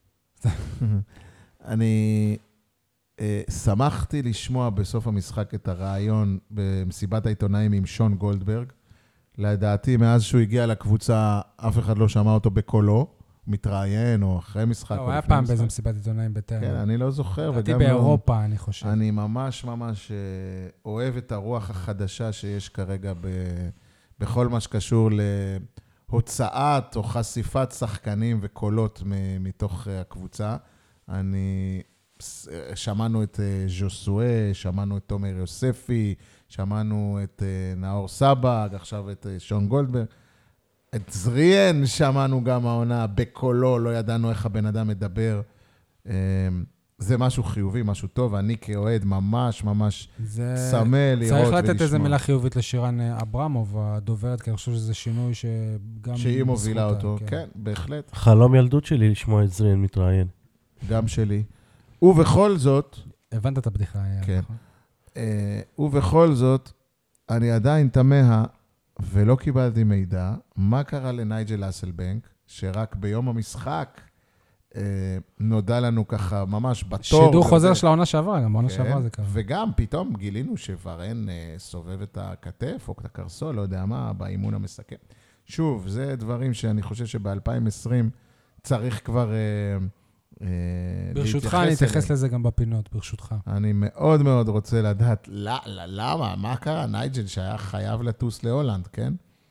אני אה, שמחתי לשמוע בסוף המשחק את הרעיון במסיבת העיתונאים עם שון גולדברג. לדעתי, מאז שהוא הגיע לקבוצה, אף אחד לא שמע אותו בקולו, מתראיין או אחרי משחק. לא, הוא היה פעם באיזה מסיבת עיתונאים בטרם. כן, אני לא זוכר. לדעתי באירופה, אני חושב. אני ממש ממש אוהב את הרוח החדשה שיש כרגע ב, בכל מה שקשור להוצאת או חשיפת שחקנים וקולות מתוך הקבוצה. אני... שמענו את ז'וסואה, שמענו את תומר יוספי, שמענו את נאור סבג, עכשיו את שון גולדברג. את זריאן שמענו גם העונה בקולו, לא ידענו איך הבן אדם מדבר. זה משהו חיובי, משהו טוב. אני כאוהד ממש ממש סמא לראות ולשמוע. צריך לתת איזו מילה חיובית לשירן אברמוב, הדוברת, כי אני חושב שזה שינוי שגם... שהיא מובילה אותו, כן, בהחלט. חלום ילדות שלי לשמוע את זריאן מתראיין. גם שלי. ובכל זאת... הבנת את הבדיחה. כן. ובכל זאת, אני עדיין תמה, ולא קיבלתי מידע, מה קרה לנייג'ל אסלבנק, שרק ביום המשחק נודע לנו ככה ממש בתור. שידור חוזר של העונה שעברה, גם העונה שעברה זה קרה. וגם פתאום גילינו שוורן סובב את הכתף, או את הקרסול, לא יודע מה, באימון המסכם. שוב, זה דברים שאני חושב שב-אלפיים עשרים צריך כבר... ברשותך, אני אתייחס לזה גם בפינות, ברשותך. אני מאוד מאוד רוצה לדעת, למה? מה קרה? נייג'ל שהיה חייב לטוס להולנד, כן?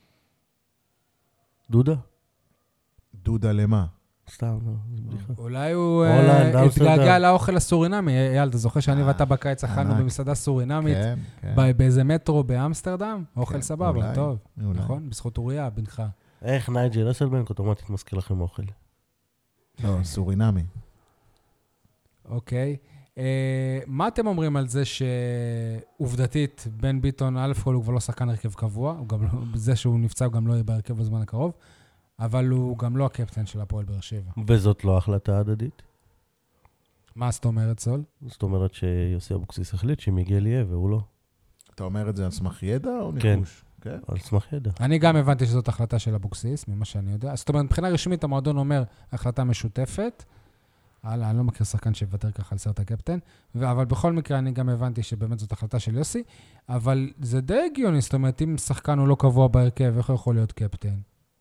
דודה? דודה למה? סתם, לא, זה בדיחה. אולי הוא התגעגע לאוכל הסורינמי. יאללה, אתה זוכר שאני ואתה בקיץ אכלנו במסעדה סורינמית, באיזה מטרו באמסטרדם? אוכל סבבה, טוב. נכון? בזכות אוריה, בנך. איך נייג'ל אסלבנק אוטומטית מזכיר לכם אוכל? לא, סורינמי. אוקיי. מה אתם אומרים על זה שעובדתית, בן ביטון, א' כל הוא כבר לא שחקן הרכב קבוע, זה שהוא נפצע גם לא יהיה בהרכב בזמן הקרוב, אבל הוא גם לא הקפטן של הפועל באר שבע. וזאת לא החלטה הדדית? מה זאת אומרת, סול? זאת אומרת שיוסי אבוקסיס החליט שמיגל יהיה והוא לא. אתה אומר את זה על סמך ידע או ניחוש? כן, על סמך ידע. אני גם הבנתי שזאת החלטה של אבוקסיס, ממה שאני יודע. זאת אומרת, מבחינה רשמית, המועדון אומר, החלטה משותפת. הלאה, אני לא מכיר שחקן שיוותר ככה על סרט הקפטן, אבל בכל מקרה אני גם הבנתי שבאמת זאת החלטה של יוסי, אבל זה די הגיוני, זאת אומרת, אם שחקן הוא לא קבוע בהרכב, איך הוא יכול להיות קפטן?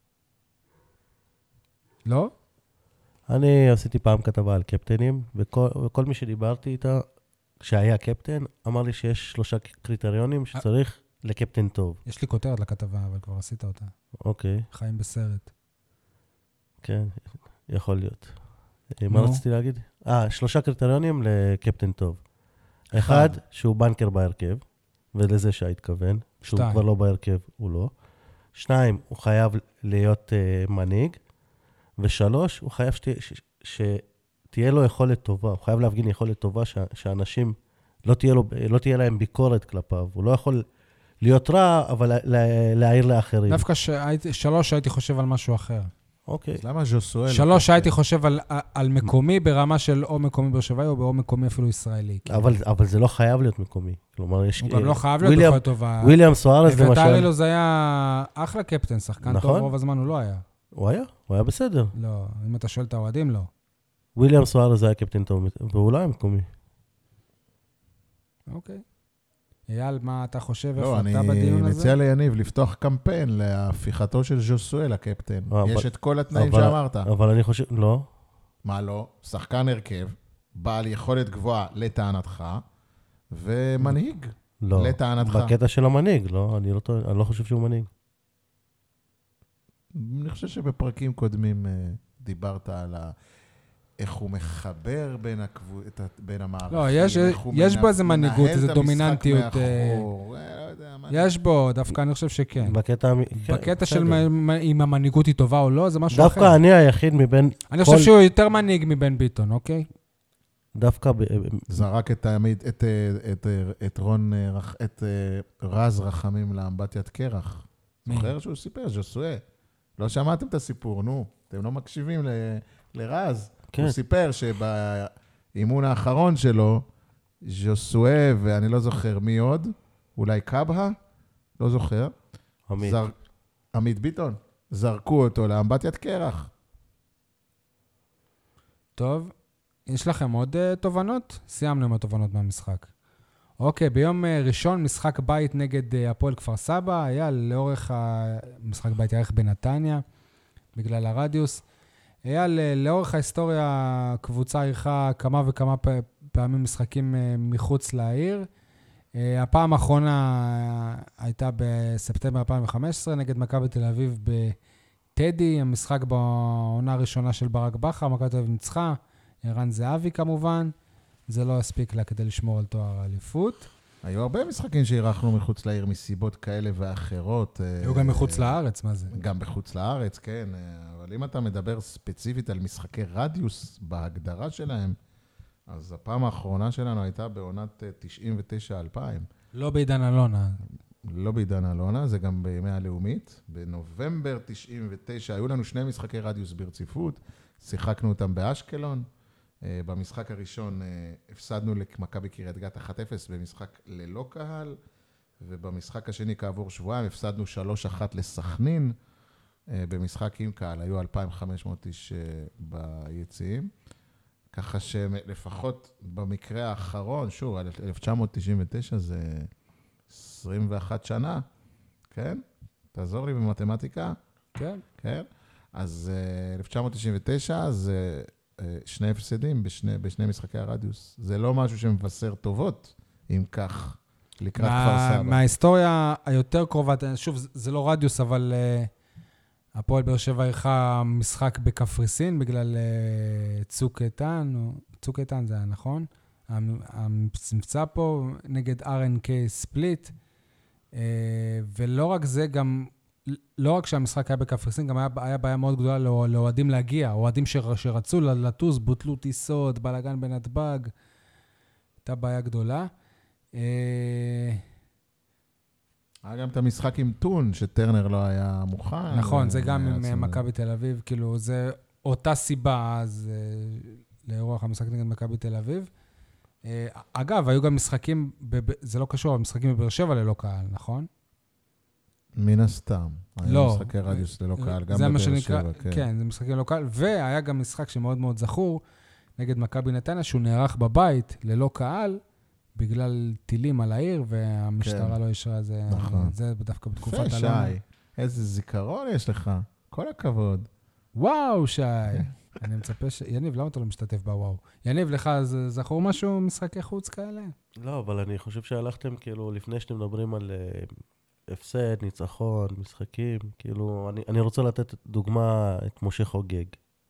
לא? אני עשיתי פעם כתבה על קפטנים, וכל, וכל מי שדיברתי איתה, כשהיה קפטן, אמר לי שיש שלושה קריטריונים שצריך לקפטן טוב. יש לי כותרת לכתבה, אבל כבר עשית אותה. אוקיי. חיים בסרט. כן, יכול להיות. מה רציתי להגיד? אה, שלושה קריטריונים לקפטן טוב. אחד, שהוא בנקר בהרכב, ולזה שהתכוון. שהוא כבר לא בהרכב, הוא לא. שניים, הוא חייב להיות מנהיג. ושלוש, הוא חייב שתהיה לו יכולת טובה. הוא חייב להפגין יכולת טובה שאנשים, לא תהיה להם ביקורת כלפיו. הוא לא יכול להיות רע, אבל להעיר לאחרים. דווקא שלוש הייתי חושב על משהו אחר. אוקיי. אז למה ז'וסואל? שלוש הייתי חושב על, על מקומי ברמה של או מקומי באר שבעי או מקומי אפילו ישראלי. אבל, אבל זה לא חייב להיות מקומי. כלומר, יש... הוא גם לא חייב להיות בכל טובה. וויליאם סוארז למשל. וטל אילוז היה אחלה קפטן, שחקן טוב, רוב הזמן הוא לא היה. הוא היה? הוא היה בסדר. לא, אם אתה שואל את האוהדים, לא. וויליאם סוארז היה קפטן טוב, והוא לא היה מקומי. אוקיי. אייל, מה אתה חושב? לא, אני מציע ליניב לפתוח קמפיין להפיכתו של ז'וסואל הקפטן. יש את כל התנאים שאמרת. אבל אני חושב, לא. מה לא? שחקן הרכב, בעל יכולת גבוהה לטענתך, ומנהיג לטענתך. בקטע של המנהיג, לא? אני לא חושב שהוא מנהיג. אני חושב שבפרקים קודמים דיברת על ה... איך הוא מחבר בין, הקבו... בין המערכים. לא, יש, יש בו איזה מנהיגות, איזה דומיננטיות. מאחור, יש בו, דווקא אני חושב שכן. בקטע, בקטע של אם המנהיגות היא טובה או לא, זה משהו אחר. דווקא אני היחיד מבין... אני חושב שהוא יותר מנהיג מבין ביטון, אוקיי? דווקא... זרק את העמיד, את, את, את רון, את רז רחמים לאמבטיית קרח. זוכר שהוא סיפר, ז'וסואל. לא שמעתם את הסיפור, נו. אתם לא מקשיבים ל, לרז. כן. הוא סיפר שבאימון האחרון שלו, ז'וסואל, ואני לא זוכר מי עוד, אולי קבהה, לא זוכר. עמית. זר... עמית ביטון. זרקו אותו לאמבטיית קרח. טוב, יש לכם עוד uh, תובנות? סיימנו עם התובנות מהמשחק. אוקיי, ביום uh, ראשון משחק בית נגד uh, הפועל כפר סבא, היה לאורך המשחק בית יערך בנתניה, בגלל הרדיוס. היה לאורך ההיסטוריה, הקבוצה ערכה כמה וכמה פעמים משחקים מחוץ לעיר. הפעם האחרונה הייתה בספטמבר אלפיים וחמש עשרה, נגד מכבי תל אביב בטדי, המשחק בעונה הראשונה של ברק בכר, מכבי תל אביב ניצחה, ערן זהבי כמובן, זה לא הספיק לה כדי לשמור על תואר האליפות. היו הרבה משחקים שעירכנו מחוץ לעיר מסיבות כאלה ואחרות. היו גם מחוץ לארץ, מה זה? גם בחוץ לארץ, כן. אבל אם אתה מדבר ספציפית על משחקי רדיוס בהגדרה שלהם, אז הפעם האחרונה שלנו הייתה בעונת תשעים ותשע אלפיים. לא בעידן אלונה. לא בעידן אלונה, זה גם בימי הלאומית. בנובמבר תשעים ותשע היו לנו שני משחקי רדיוס ברציפות, שיחקנו אותם באשקלון. במשחק הראשון הפסדנו למכבי קריית גת אחת אפס במשחק ללא קהל, ובמשחק השני כעבור שבועיים הפסדנו שלוש אחת לסכנין, במשחק עם קהל, היו אלפיים וחמש מאות איש ביציעים, ככה שלפחות במקרה האחרון, שוב, אלף תשע מאות תשעים ותשע זה עשרים ואחת שנה, כן? תעזור לי במתמטיקה? כן. כן? אז אלף תשע מאות תשעים ותשע זה... שני הפסדים בשני, בשני משחקי הרדיוס. זה לא משהו שמבשר טובות, אם כך, לקראת כפר סבא. מההיסטוריה היותר קרובה, שוב, זה לא רדיוס, אבל uh, הפועל באר שבע ערכה משחק בקפריסין, בגלל uh, צוק איתן, או צוק איתן זה היה נכון, המבצע פה נגד אר אן קיי ספליט, uh, ולא רק זה, גם... לא רק שהמשחק היה בקפריסין, גם היה, היה בעיה מאוד גדולה לא, לאוהדים להגיע. אוהדים שר, שרצו לטוס, בוטלו טיסות, בלגן בנתב"ג. הייתה בעיה גדולה. היה גם את המשחק עם טון, שטרנר לא היה מוכן. נכון, זה גם עם מכבי תל אביב. כאילו, זה אותה סיבה אז לאירוח המשחק נגד מכבי תל אביב. אגב, היו גם משחקים, זה לא קשור, משחקים בבאר שבע ללא קהל, נכון? מן הסתם. לא. היה משחקי רדיוס ללא קהל, גם בבאר שבע. כן. כן, זה משחקי ללא קהל, והיה גם משחק שמאוד מאוד זכור, נגד מכבי נתניה, שהוא נערך בבית ללא קהל, בגלל טילים על העיר, והמשטרה כן. לא ישרה, זה, נכון. זה דווקא בתקופת אלונה. יפה, שי, איזה זיכרון יש לך, כל הכבוד. וואו, שי. אני מצפה ש... יניב, למה אתה לא משתתף בוואו? יניב, לך זכור משהו, משחקי חוץ כאלה? לא, אבל אני חושב שהלכתם, כאילו, לפני שאתם מדברים על... הפסד, ניצחון, משחקים, כאילו, אני, אני רוצה לתת דוגמה את משה חוגג.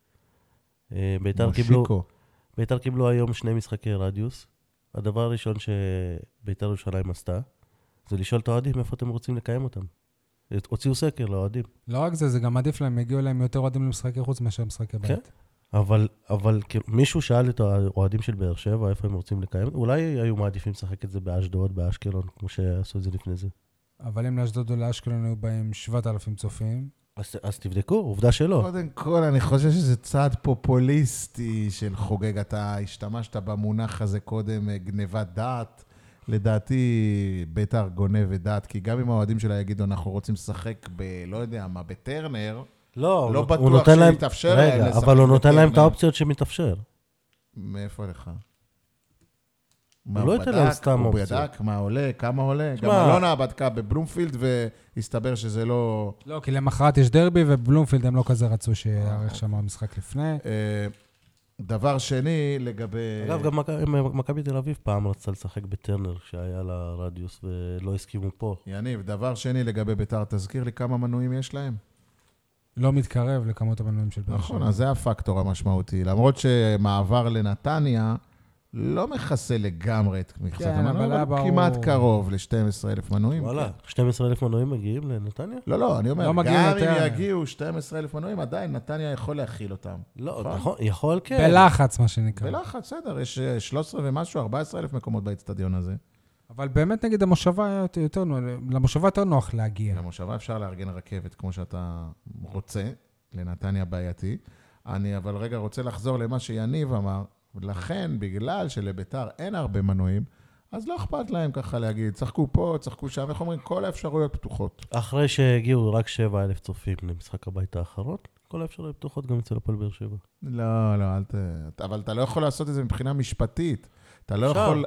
ביתר קיבלו, ביתר קיבלו היום שני משחקי רדיוס. הדבר הראשון שביתר ירושלים עשתה, זה לשאול את האוהדים איפה אתם רוצים לקיים אותם. הוציאו סקר לאוהדים. לא רק זה, זה גם עדיף להם, הגיעו להם יותר אוהדים למשחקי חוץ מאשר משחקי בית. כן, אבל, אבל מישהו שאל את האוהדים של באר שבע איפה הם רוצים לקיים, אולי היו מעדיפים לשחק את זה באשדוד, באשקלון, כמו שעשו את זה לפני זה. אבל אם לאשדוד או לאשקלון היו בהם שבעת אלפים צופים. אז, אז תבדקו, עובדה שלא. קודם כל, אני חושב שזה צעד פופוליסטי של חוגג. אתה השתמשת במונח הזה קודם, גנבת דעת. לדעתי, בית"ר גונבת דעת, כי גם אם האוהדים שלה יגידו, אנחנו רוצים לשחק ב... לא יודע מה, בטרנר, לא, לא הוא בטוח נותן להם, שיתאפשר להם רגע, לשחק אבל הוא נותן להם את בטרנר. האופציות שמתאפשר. מאיפה לך? הוא לא ייתן להם סתם הוא אופציות. בדק מה עולה, כמה עולה. תשמע, גם אלונה בדקה בבלומפילד, והסתבר שזה לא... לא, כי למחרת יש דרבי, ובלומפילד הם לא כזה רצו שיערך שם המשחק לפני. אה, דבר שני, לגבי... אגב, גם מכ- מכבי תל אביב פעם רצה לשחק בטרנר, כשהיה לה רדיוס ולא הסכימו פה. יניב, דבר שני לגבי בית"ר, תזכיר לי כמה מנויים יש להם. לא מתקרב לכמות המנויים של באר נכון, שבע. אז זה הפקטור המשמעותי. למרות שמעבר לנתניה לא מכסה לגמרי את מכסת כן, המנויים, אבל היה אבל ברור. כמעט קרוב ל-שנים עשר אלף מנויים. וואלה, כן. שנים עשר אלף מנויים מגיעים לנתניה? לא, לא, אני אומר, לא מגיעים גם אם יותר. יגיעו שנים עשר אלף מנויים, עדיין נתניה יכול להכיל אותם. לא, נכון? נכון, יכול כן. בלחץ, מה שנקרא. בלחץ, בסדר, יש אה, שלוש עשרה ומשהו, ארבעה עשר אלף מקומות באצטדיון הזה. אבל באמת, נגיד, המושבה היה יותר- יותר נוח, למושבה יותר נוח להגיע. למושבה אפשר לארגן רכבת כמו שאתה רוצה, לנתניה בעייתי. אני אבל רגע רוצה לחזור למה שיניב אמר, לכן, בגלל שלביתר אין הרבה מנויים, אז לא אכפת להם ככה להגיד, צחקו פה, צחקו שם, איך אומרים, כל האפשרויות פתוחות. אחרי שהגיעו רק שבעה אלף צופים למשחק הבית האחרון, כל האפשרויות פתוחות גם אצל הפועל באר שבע. לא, לא, אל ת... אבל אתה לא יכול לעשות את זה מבחינה משפטית. אתה לא אפשר. יכול...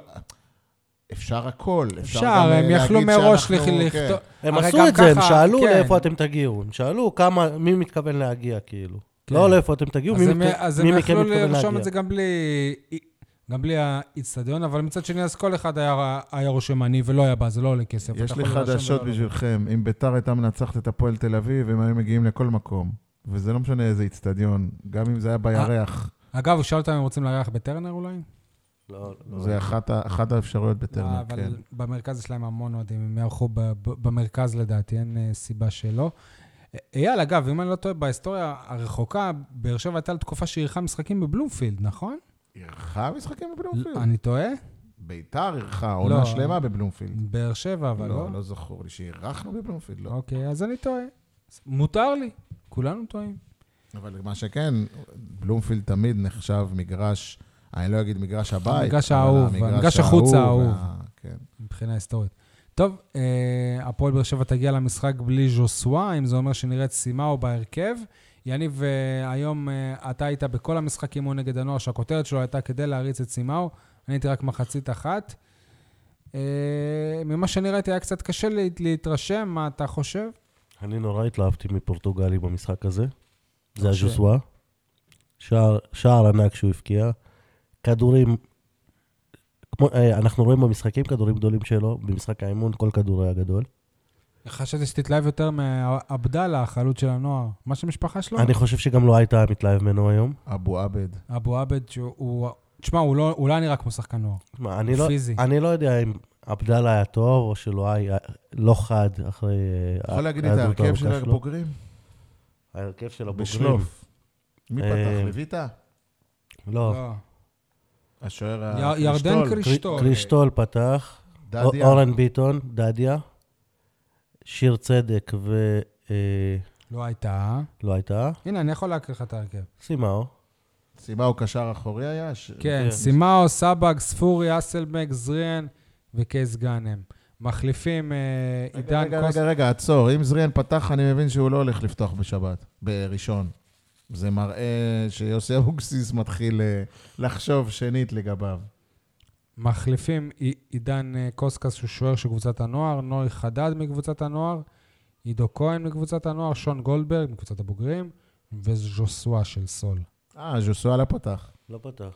אפשר הכל. אפשר, גם, הם אה, יכלו להגיד מראש שאנחנו- לכ- כן. לכתוב... הם הרי עשו גם את זה, הם ככה, שאלו כן. לאיפה אתם תגיעו. הם שאלו כמה, מי מתכוון להגיע, כאילו. כן. לא לאיפה אתם תגיעו, אז מי הם- מת- אז מי הם מכם יכלו מתכוון לרשום להגיע. את זה גם בלי... גם בלי האיצטדיון, אבל מצד שני, אז כל אחד היה, היה רושם אני ולא היה בא, זה לא עולה כסף. יש אתה לי יכול לרשום חדשות ולא- בשבילכם. אם ביתר הייתה מנצחת את הפועל תל אביב, הם היו מגיעים לכל מקום. וזה לא משנה איזה אצטדיון, גם אם זה היה בירח. אגב, הוא שאל אותם אם רוצים לארח בטרנר אולי? לא, לא. זה אחת ה- אחת האפשרויות בטרנר, אבל כן. במרכז יש להם המון אוהדים, הם יערכו ב- ב- במרכז לדעתי, אין אה, סיבה שלא. אה, אייל, אגב, אם אני לא טועה, בהיסטוריה הרחוקה, באר שבע הייתה לתקופה שאירחה משחקים בבלומפילד, נכון? אירחה משחקים בבלומפילד? אני טועה? ביתר אירחה, לא. עונה שלמה בבלומפילד. באר שבע, אבל לא. לא, לא זכור לי שאירחנו בבלומפילד, לא. אוקיי, אז אני טועה. מותר לי, כולנו טועים. אבל מה שכן, בלומפילד תמיד נחשב מגרש, אני לא אגיד מגרש הבית. המגרש אבל האהוב, המגרש החוץ האהוב. וה- כן. מבחינה היסטורית. טוב, אה, הפועל באר שבע תגיע למשחק בלי ז'וסווה, אם זה אומר שנראית סימאו בהרכב. יניב, אה, היום אה, אתה היית בכל המשחקים הוא נגד הנוער, שהכותרת שלו הייתה כדי להריץ את סימאו, אני הייתי רק מחצית אחת. אה, ממה שנראיתי היה קצת קשה לה, להתרשם, מה אתה חושב? אני נורא התלהבתי מפורטוגלי במשחק הזה. זה אוקיי. הז'וסווה. שער, שער ענק שהוא הפקיע. כדורים, כמו, אה, אנחנו רואים במשחקים כדורים גדולים שלו, במשחק האימון כל כדור היה גדול. חשבתי שתתלהב יותר מעבדאללה, החלוץ של הנוער. מה שמשפחה שלו? אני חושב שגם לא הייתה מתלהב ממנו היום. אבו עבד. אבו עבד, שהוא... תשמע, הוא לא, הוא לא נראה כמו שחקן נוער. מה, אני, הוא לא, פיזי. אני לא יודע אם עבדאללה היה טוב או שלא היה, לא חד אחרי... אה, יכול להגיד לי את ההיעדרות ההרכב של הארוכה שלו. הבוגרים? ההרכב של הבוגרים. בשלוף. מי אה, פתח? לויטה? לא. לא. השוער י- הקרישטול? ירדן קרישטול. קרישטול פתח. דדיה? אורן ביטון, דדיה. שיר צדק ו... אה, לא הייתה. לא הייתה. הנה, אני יכול להקריא לך את ההרכב. סימאו. סיבה הוא קשר אחורי היה? ש- כן, כן. סימאו, סבג, ספורי, אסלבק, זריאן וקייס גאנם. מחליפים אה, רגע, עידן רגע, קוס... רגע, רגע, עצור. אם זריאן פתח, אני מבין שהוא לא הולך לפתוח בשבת, בראשון. זה מראה שיוסי אבוקסיס מתחיל אה, לחשוב שנית לגביו. מחליפים עי- עידן אה, קוסקס, שהוא שוער של קבוצת הנוער, נוי חדד מקבוצת הנוער, עידו כהן מקבוצת הנוער, שון גולדברג מקבוצת הבוגרים, וז'וסווה של סול. אה, ז'וסואלה פתח. לא פתח.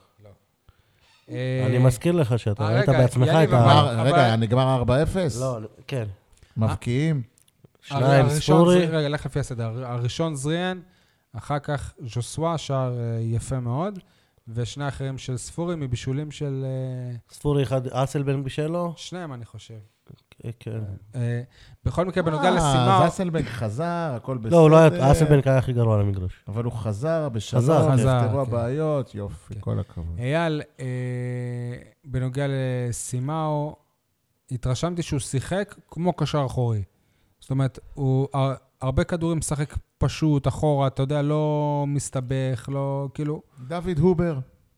אה, אני מזכיר לך שאתה אה, ראית רגע, בעצמך יניב, את אבל- ה... נגמר- רגע, נגמר ארבע אפס? לא, כן. מבקיעים? שניים הראשון ספורי. זרי- רגע, לך לפי הסדר. הר- הראשון זריאן, אחר כך ז'וסווה, שער אה, יפה מאוד, ושני האחרים של ספורי מבישולים של... אה, ספורי אחד, אסלבן בשלו. שניהם, אני חושב. כן. אה, בכל מקרה, בנוגע אה, לסימאו... אז אסלבנק חזר, הכל בסדר. לא, הוא לא היה, אסלבנק היה הכי גרוע על המגרש. אבל הוא חזר בשלום, חזר, חזר, נפתרו כן. הבעיות, יופי, כן. כל הכבוד. אייל, אה, בנוגע לסימאו, התרשמתי שהוא שיחק כמו קשר אחורי. זאת אומרת, הוא הרבה כדורים משחק פשוט, אחורה, אתה יודע, לא מסתבך, לא, כאילו... דוד הובר.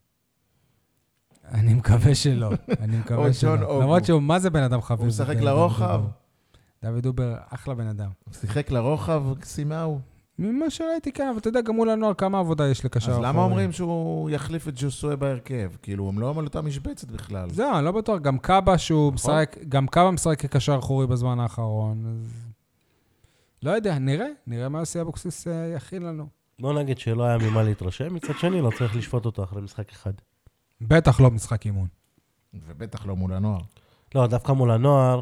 אני מקווה שלא, אני מקווה שלא. למרות שהוא, מה זה בן אדם חביב? הוא משחק לרוחב. דוד הובר, אחלה בן אדם. הוא שיחק לרוחב, סימאו. ממה שראיתי כאן, אבל אתה יודע, גם מול הנוער כמה עבודה יש לקשר אחורי. אז למה אומרים שהוא יחליף את ג'וסוי בהרכב? כאילו, הם לא אומרים אותה משבצת בכלל. זהו, אני לא בטוח. גם קאבה שהוא משחק, גם קאבה משחק כקשר אחורי בזמן האחרון. לא יודע, נראה. נראה מה יוסי אבוקסיס יכין לנו. בוא נגיד שלא היה ממה להתרשם, מצד שני לא צריך לשפוט אותו אחרי משחק אחד. בטח לא משחק אימון. ובטח לא מול הנוער. לא, דווקא מול הנוער,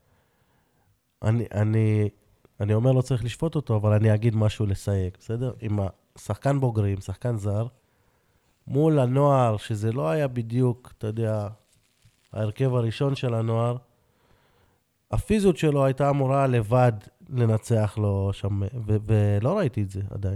אני, אני, אני אומר לא צריך לשפוט אותו, אבל אני אגיד משהו לסייג, בסדר? עם השחקן בוגרים, שחקן זר, מול הנוער, שזה לא היה בדיוק, אתה יודע, ההרכב הראשון של הנוער, הפיזיות שלו הייתה אמורה לבד לנצח לו שם, ו- ולא ראיתי את זה עדיין.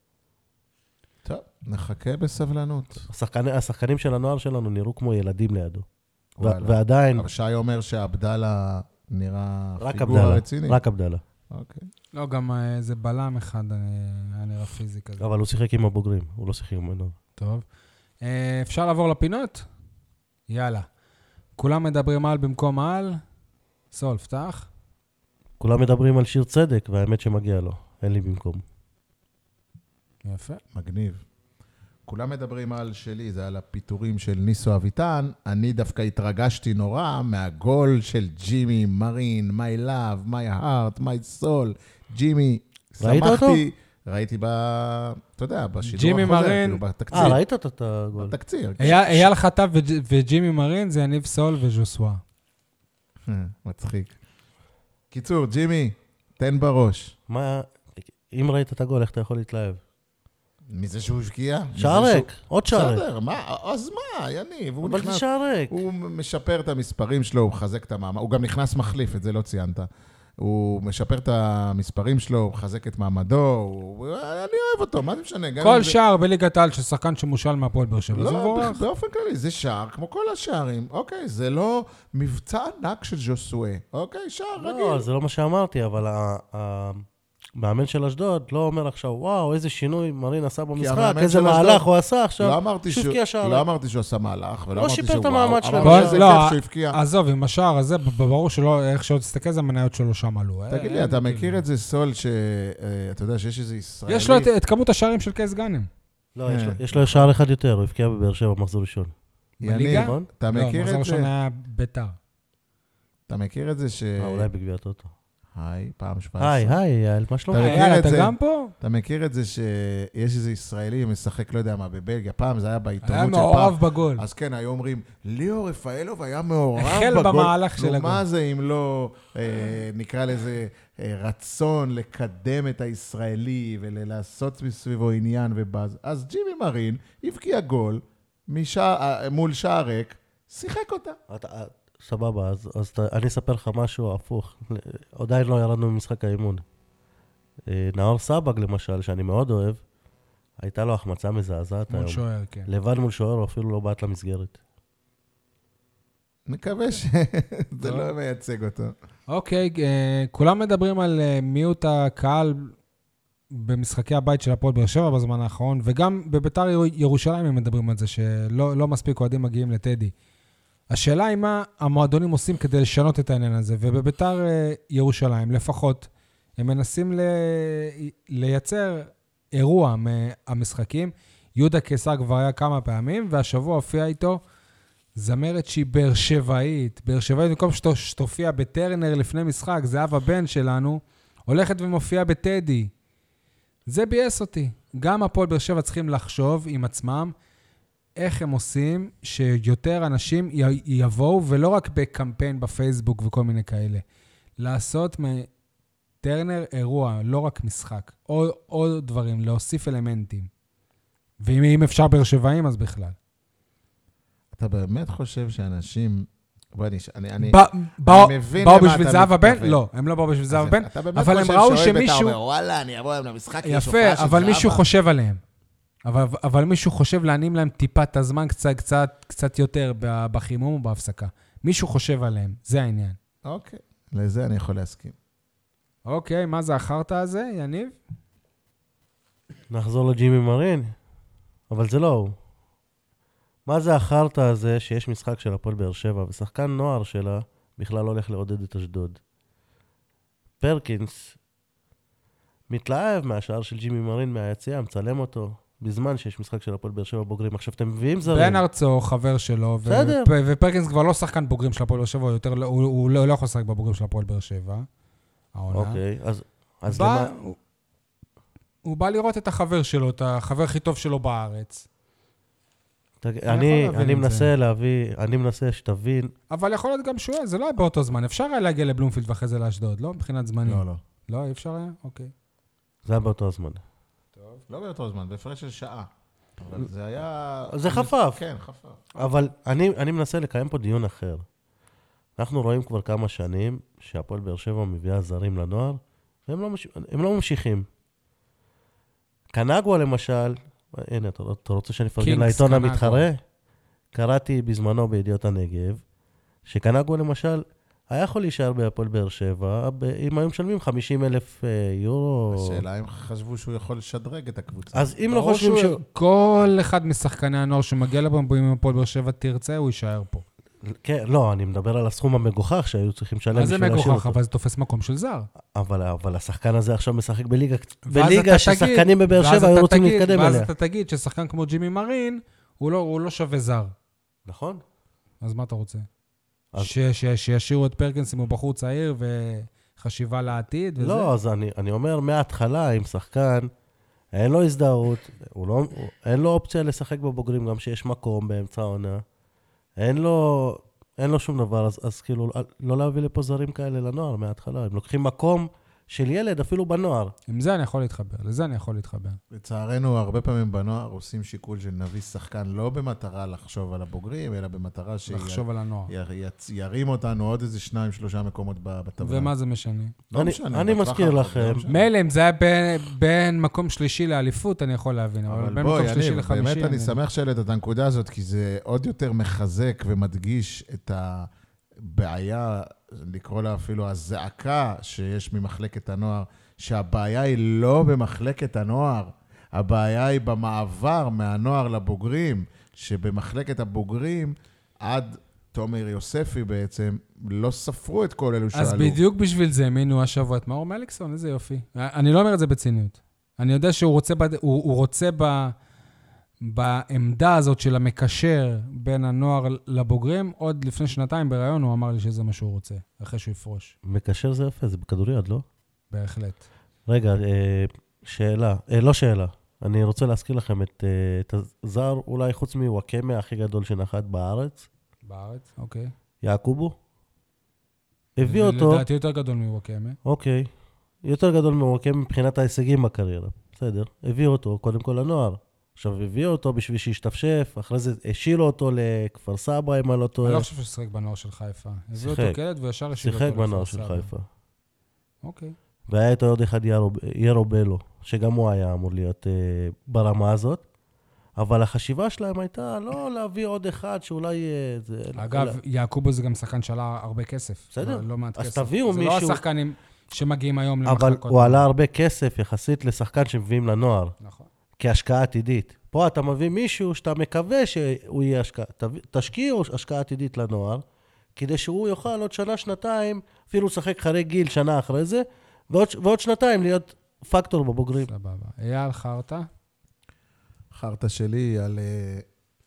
טוב, נחכה בסבלנות. השחקני, השחקנים של הנוער שלנו נראו כמו ילדים לידו. ו- וואלה. ועדיין... אבל שי אומר שעבדלה נראה רק פיגור עבדלה, רציני. רק עבדלה. אוקיי. לא, גם איזה בלם אחד היה נראה פיזי כזה. אבל הוא שיחק עם הבוגרים, הוא לא שיחק עם הנוער. טוב. אפשר לעבור לפינות? יאללה. כולם מדברים על במקום על? סול, פתח. כולם מדברים על שיר צדק, והאמת שמגיע לו. אין לי במקום. יפה. מגניב. כולם מדברים על שלי, זה על הפיטורים של ניסו אביטן. אני דווקא התרגשתי נורא מהגול של ג'ימי מרין, my love, my heart, my soul. ג'ימי, ראית שמחתי, אותו? ראיתי ב... אתה יודע, בשידור ג'ימי החוזר, מרין. כאילו בתקציר. אה, ראית אותו את הגול? בתקציר. אייל חטב וג'ימי מרין זה יניב סול וז'וסווה. מצחיק. קיצור, ג'ימי, תן בראש. מה, אם ראית את הגול, איך אתה יכול להתלהב? מזה שהוא השקיע? שער ריק, עוד שער ריק. בסדר, מה, אז מה, יניב, הוא אבל זה נכנס, שער ריק. הוא משפר את המספרים שלו, הוא מחזק את המעמד, הוא גם נכנס מחליף, את זה לא ציינת. הוא משפר את המספרים שלו, הוא מחזק את מעמדו, הוא... אני אוהב אותו, מה זה משנה? כל שער בליגת העל של שחקן שמושל מהפועל באר שבע, זה לא, מבורך. באופן כללי, זה שער, כמו כל השערים, אוקיי, זה לא מבצע ענק של ז'וסואה, אוקיי, שער רגיל. לא, זה לא מה שאמרתי, אבל המאמן של אשדוד לא אומר עכשיו, וואו, איזה שינוי מרין עשה במשחק, איזה מהלך הוא עשה עכשיו. לא אמרתי שהוא לא אמרתי שהוא עשה מהלך, ולא אמרתי שהוא וואו, אבל זה כיף שהוא הפקיע. עזוב, עם השער הזה, ברור שלא, איך שעוד תסתכל, זה המניות שלו שם עלו. תגיד לי, אתה מכיר את זה סול, שאתה יודע שיש איזה ישראלי? יש לו את כמות השערים של קייס גאנם. לא, יש לו שער אחד יותר, הוא הפקיע בבאר שבע מחזור ראשון. בליגה? אתה מכיר את זה? לא, מחזור ראשון היה ביתר. אתה מכיר את זה ש... אולי בגביע הטוטו. היי, פעם שבע עשרה. היי, היי, יעל, מה שלומך? יאללה, אתה גם פה? אתה מכיר את זה שיש איזה ישראלי משחק, לא יודע מה, בבלגיה, פעם זה היה בעיתונות של פעם. היה מעורב בגול. אז כן, היו אומרים, ליאור רפאלוב היה מעורב בגול. החל במהלך של הגול. מה זה אם לא, נקרא לזה, רצון לקדם את הישראלי ולעשות מסביבו עניין ובאז. אז ג'ימי מרין הבקיע גול מול שער ריק, שיחק אותה. סבבה, אז, אז אני אספר לך משהו הפוך. עדיין לא ירדנו ממשחק האימון. נאור סבג, למשל, שאני מאוד אוהב, הייתה לו החמצה מזעזעת היום. מול שוער, כן. לבד מול שוער, הוא אפילו לא באת למסגרת. מקווה שזה לא מייצג אותו. אוקיי, כולם מדברים על מיעוט הקהל במשחקי הבית של הפועל באר שבע בזמן האחרון, וגם בביתר ירושלים הם מדברים על זה, שלא לא מספיק אוהדים מגיעים לטדי. השאלה היא מה המועדונים עושים כדי לשנות את העניין הזה, ובביתר ירושלים לפחות, הם מנסים ל... לייצר אירוע מהמשחקים. יהודה קיסר כבר היה כמה פעמים, והשבוע הופיע איתו זמרת שהיא באר שבעית, באר שבעית במקום שתופיע בטרנר לפני משחק, זה אב הבן שלנו, הולכת ומופיעה בטדי. זה בייס אותי. גם הפועל באר שבע צריכים לחשוב עם עצמם, איך הם עושים שיותר אנשים יבואו, ולא רק בקמפיין בפייסבוק וכל מיני כאלה. לעשות מטרנר אירוע, לא רק משחק. או, או דברים, להוסיף אלמנטים. ואם אפשר באר שבעים, אז בכלל. אתה באמת חושב שאנשים... בוא נש... אני, אני, בא, אני בא, מבין באו למה בשביל אתה זהב הבן? מתכוון. לא, הם לא באו בשביל זהב הבן, אתה באמת אבל הם חושב ראו שאוהב שמישהו... אתה אומר, וואלה, אני אבוא היום למשחק, יש יפה, הופעה של אבל זהבה. מישהו חושב עליהם. אבל, אבל מישהו חושב להנים להם טיפה את הזמן קצת, קצת, קצת יותר בחימום או בהפסקה. מישהו חושב עליהם, זה העניין. אוקיי, לזה אני יכול להסכים. אוקיי, מה זה החרטא הזה, יניב? נחזור לג'ימי מרין, אבל זה לא הוא. מה זה החרטא הזה שיש משחק של הפועל באר שבע, ושחקן נוער שלה בכלל הולך לעודד את אשדוד. פרקינס מתלהב מהשער של ג'ימי מרין מהיציאה, מצלם אותו, בזמן שיש משחק של הפועל באר שבע בוגרים. עכשיו אתם מביאים זרים. בן ארצו, חבר שלו, בסדר. ו- ופרקינס כבר לא שחקן בוגרים של הפועל באר שבע, הוא, יותר, הוא, הוא לא, לא יכול לשחק בבוגרים של הפועל באר שבע. העונה. אוקיי, אז, אז בא, למה... הוא, הוא בא לראות את החבר שלו, את החבר הכי טוב שלו בארץ. תג... אני אני, יכול להבין אני את מנסה זה. להביא, אני מנסה שתבין. אבל יכול להיות גם שהוא, זה לא היה באותו זמן. אפשר היה להגיע לבלומפילד ואחרי זה לאשדוד, לא? מבחינת זמנים. לא, לא. לא, אי אפשר היה? אוקיי. זה היה באותו הזמן. לא באותו זמן, בהפרש של שעה. אבל זה היה... זה חפף. כן, חפף. אבל אני, אני מנסה לקיים פה דיון אחר. אנחנו רואים כבר כמה שנים שהפועל באר שבע מביאה זרים לנוער, והם לא, מש... הם לא ממשיכים. קנגווה למשל, הנה, אתה, אתה רוצה שאני אפרגן קינגס, לעיתון קנגווה. המתחרה? קראתי בזמנו בידיעות הנגב, שקנגווה למשל היה יכול להישאר בהפועל באר שבע, אם היו משלמים חמישים אלף יורו. השאלה אם חשבו שהוא יכול לשדרג את הקבוצה. אז אם לא ברור חושבים ש... שהוא- כל אחד משחקני הנוער שמגיע לבו, אם הפועל באר שבע תרצה, הוא יישאר פה. כן, לא, אני מדבר על הסכום המגוחך שהיו צריכים לשלם מה זה בשביל להשאיר מגוחך? אותו. אבל זה תופס מקום של זר. אבל, אבל השחקן הזה עכשיו משחק בליגה, ואז בליגה אתה ששחקנים תגיד- בבאר ואז שבע היו אתה רוצים תגיד- להתקדם ואז אליה. אתה תגיד ששחקן כמו ג'ימי מרין, הוא לא, הוא לא שווה זר. נכון? אז מה אתה רוצה? אז- ש- ש- שישאירו את פרקינס אם הוא בחור צעיר וחשיבה לעתיד וזה? לא, אז אני, אני אומר מההתחלה, אם שחקן, אין לו הזדהות, הוא לא, הוא, אין לו אופציה לשחק בבוגרים, גם שיש מקום באמצע העונה. אין לו, אין לו שום דבר, אז, אז כאילו, לא להביא לפה זרים כאלה לנוער מההתחלה. הם לוקחים מקום של ילד, אפילו בנוער. עם זה אני יכול להתחבר, לזה אני יכול להתחבר. לצערנו, הרבה פעמים בנוער עושים שיקול של נביא שחקן לא במטרה לחשוב על הבוגרים, אלא במטרה לחשוב על הנוער. שירים אותנו עוד איזה שניים, שלושה מקומות בטבלה. ומה זה משנה? לא אני- משנה, אני בטווח מזכיר הרחוק, לכם. לא משנה. מילא אם זה היה בין- בין מקום שלישי לאליפות, אני יכול להבין, אבל אבל בין בואי, מקום שלישי יניב, לחמישי... באמת אני אני- שמח שהעלית את הנקודה הזאת, כי זה עוד יותר מחזק ומדגיש את הבעיה, לקרוא לה אפילו הזעקה שיש ממחלקת הנוער, שהבעיה היא לא במחלקת הנוער, הבעיה היא במעבר מהנוער לבוגרים, שבמחלקת הבוגרים, עד תומר יוספי בעצם, לא ספרו את כל אלו שעלו. אז בדיוק בשביל זה מינו השבוע את מאור מליקסון, איזה יופי. אני לא אומר את זה בציניות. אני יודע שהוא רוצה, בד... הוא, הוא רוצה ב... בעמדה הזאת של המקשר בין הנוער לבוגרים, עוד לפני שנתיים בראיון הוא אמר לי שזה מה שהוא רוצה, אחרי שהוא יפרוש. מקשר זה יפה, זה בכדוריד, לא? בהחלט. רגע, אה, שאלה, אה, לא שאלה. אני רוצה להזכיר לכם את, אה, את הזר, אולי חוץ מוואקמה הכי גדול שנחת בארץ, בארץ, אוקיי. יעקובו. הביא אותו, לדעתי יותר גדול מוואקמה. אוקיי, יותר גדול מוואקמה מבחינת ההישגים בקריירה, בסדר. הביא אותו קודם כל לנוער. עכשיו הביא אותו בשביל שישתפשף, אחרי זה השאילו אותו לכפר סבא, אם אני לא טועה. אני לא חושב שהוא שיחק בנוער של חיפה. הביא אותו שיחק. כילד וישר השאיר אותו שיחק לכפר בנוער של סבא. חיפה. אוקיי. והיה איתו עוד אחד ירו, ירו בלו, שגם הוא היה אמור להיות אה, ברמה הזאת. אבל החשיבה שלהם הייתה לא להביא עוד אחד שאולי... אה, זה, אגב, לא, יעקובו זה גם שחקן שעלה הרבה כסף. בסדר. לא, לא מעט אז כסף. תביאו זה מישהו- לא השחקנים שמגיעים היום אבל למחלקות. הוא עלה הרבה כסף יחסית לשחקן שמביאים לנוער, נכון. כהשקעה עתידית. פה אתה מביא מישהו שאתה מקווה שהוא יהיה השקעה. תביא- תשקיעו השקעה עתידית לנוער, כדי שהוא יוכל עוד שנה, שנתיים, אפילו לשחק חרי גיל שנה אחרי זה, ועוד, ועוד שנתיים להיות פקטור בבוגרים. סבבה. אייל חרטה? חרטה שלי על uh,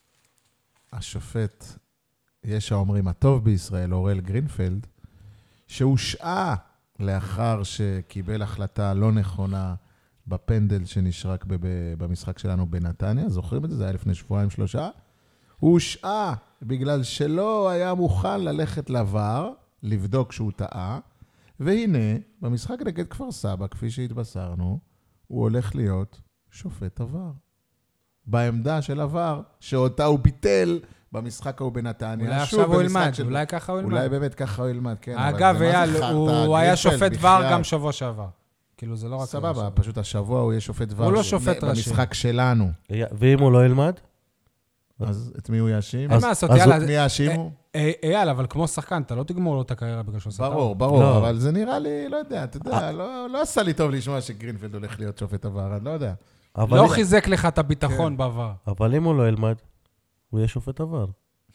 השופט, יש האומרים הטוב בישראל, אורל גרינפלד, שהושעה לאחר שקיבל החלטה לא נכונה בפנדל שנשרק ב- ב- במשחק שלנו בנתניה, זוכרים את זה? זה היה לפני שבועיים שלושה. הוא הושעה בגלל שלא היה מוכן ללכת לבר, לבדוק שהוא טעה, והנה, במשחק נגד כפר סבא, כפי שהתבשרנו, הוא הולך להיות שופט עבר. בעמדה של עבר, שאותה הוא ביטל במשחק ההוא בנתניה. אולי שוב עכשיו הוא במשחק ילמד, של- אולי ככה הוא ילמד. אולי באמת ככה הוא ילמד, כן. אבל אגב, זה מה אייל, זה חרטא? הוא היה גרינפלד, שופט ור בחייאת. גם שבוע שעבר. כאילו, זה לא רק... סבבה, שבוע. פשוט השבוע הוא יהיה שופט ור. הוא לא ש- שופט ראשי. במשחק שלנו. ואם הוא לא ילמד? אז את מי הוא יאשים? אין מה לעשות, אז יאללה. מי יאשימו? אה, אייל, אבל כמו שחקן, אתה לא תגמור לו את הקריירה בגלל שהוא עושה טעות. ברור, ברור, לא. אבל זה נראה לי, לא יודע, אתה יודע, לא לא עשה לי טוב לשמוע שגרינפלד הולך להיות שופט עבר, אני לא יודע. אבל, לא חיזק לך את הביטחון כן. בעבר. אבל אם הוא לא ילמד, הוא יהיה שופט עבר.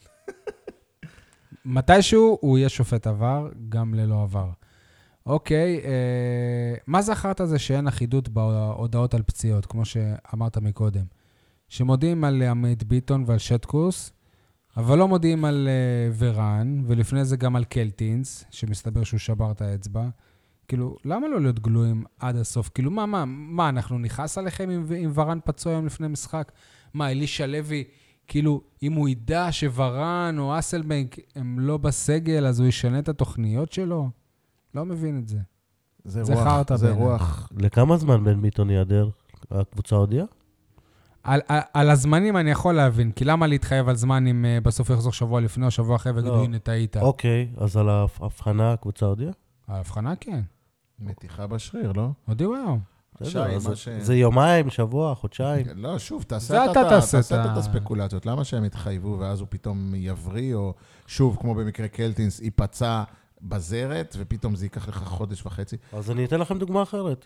מתישהו הוא יהיה שופט עבר, גם ללא עבר. אוקיי, אה, מה זכרת זה שאין אחידות בהודעות על פציעות, כמו שאמרת מקודם? שמודיעים על עמית ביטון ועל שטקוס, אבל לא מודיעים על uh, ורן, ולפני זה גם על קלטינס, שמסתבר שהוא שבר את האצבע. כאילו, למה לא להיות גלויים עד הסוף? כאילו, מה, מה, מה, אנחנו נכנס עליכם עם, עם ורן פצוע היום לפני משחק? מה, אלישע לוי, כאילו, אם הוא ידע שוורן או אסלבנק הם לא בסגל, אז הוא ישנה את התוכניות שלו? לא מבין את זה. זה זה רוח, חרטה זה בעיניי. רוח. לכמה זמן בן ביטון ייעדר? הקבוצה הודיעה? על, על, על הזמנים אני יכול להבין, כי למה להתחייב על זמן אם uh, בסוף יחזור שבוע לפני או שבוע אחרי ויגידו, לא. הנה, טעית? אוקיי, אז על ההבחנה הקבוצה הודיעה? ההבחנה כן. מתיחה בשריר, לא? הודיעו היום. שי, בסדר, אז מה ש- זה יומיים, שבוע, חודשיים. לא, שוב, זה תעשה אתה את ה- תעשה תעשה את את ה- הספקולציות. למה שהם יתחייבו ואז הוא פתאום יבריא, או שוב, כמו במקרה קלטינס, ייפצע בזרת, ופתאום זה ייקח לך חודש וחצי. אז אני אתן לכם דוגמה אחרת.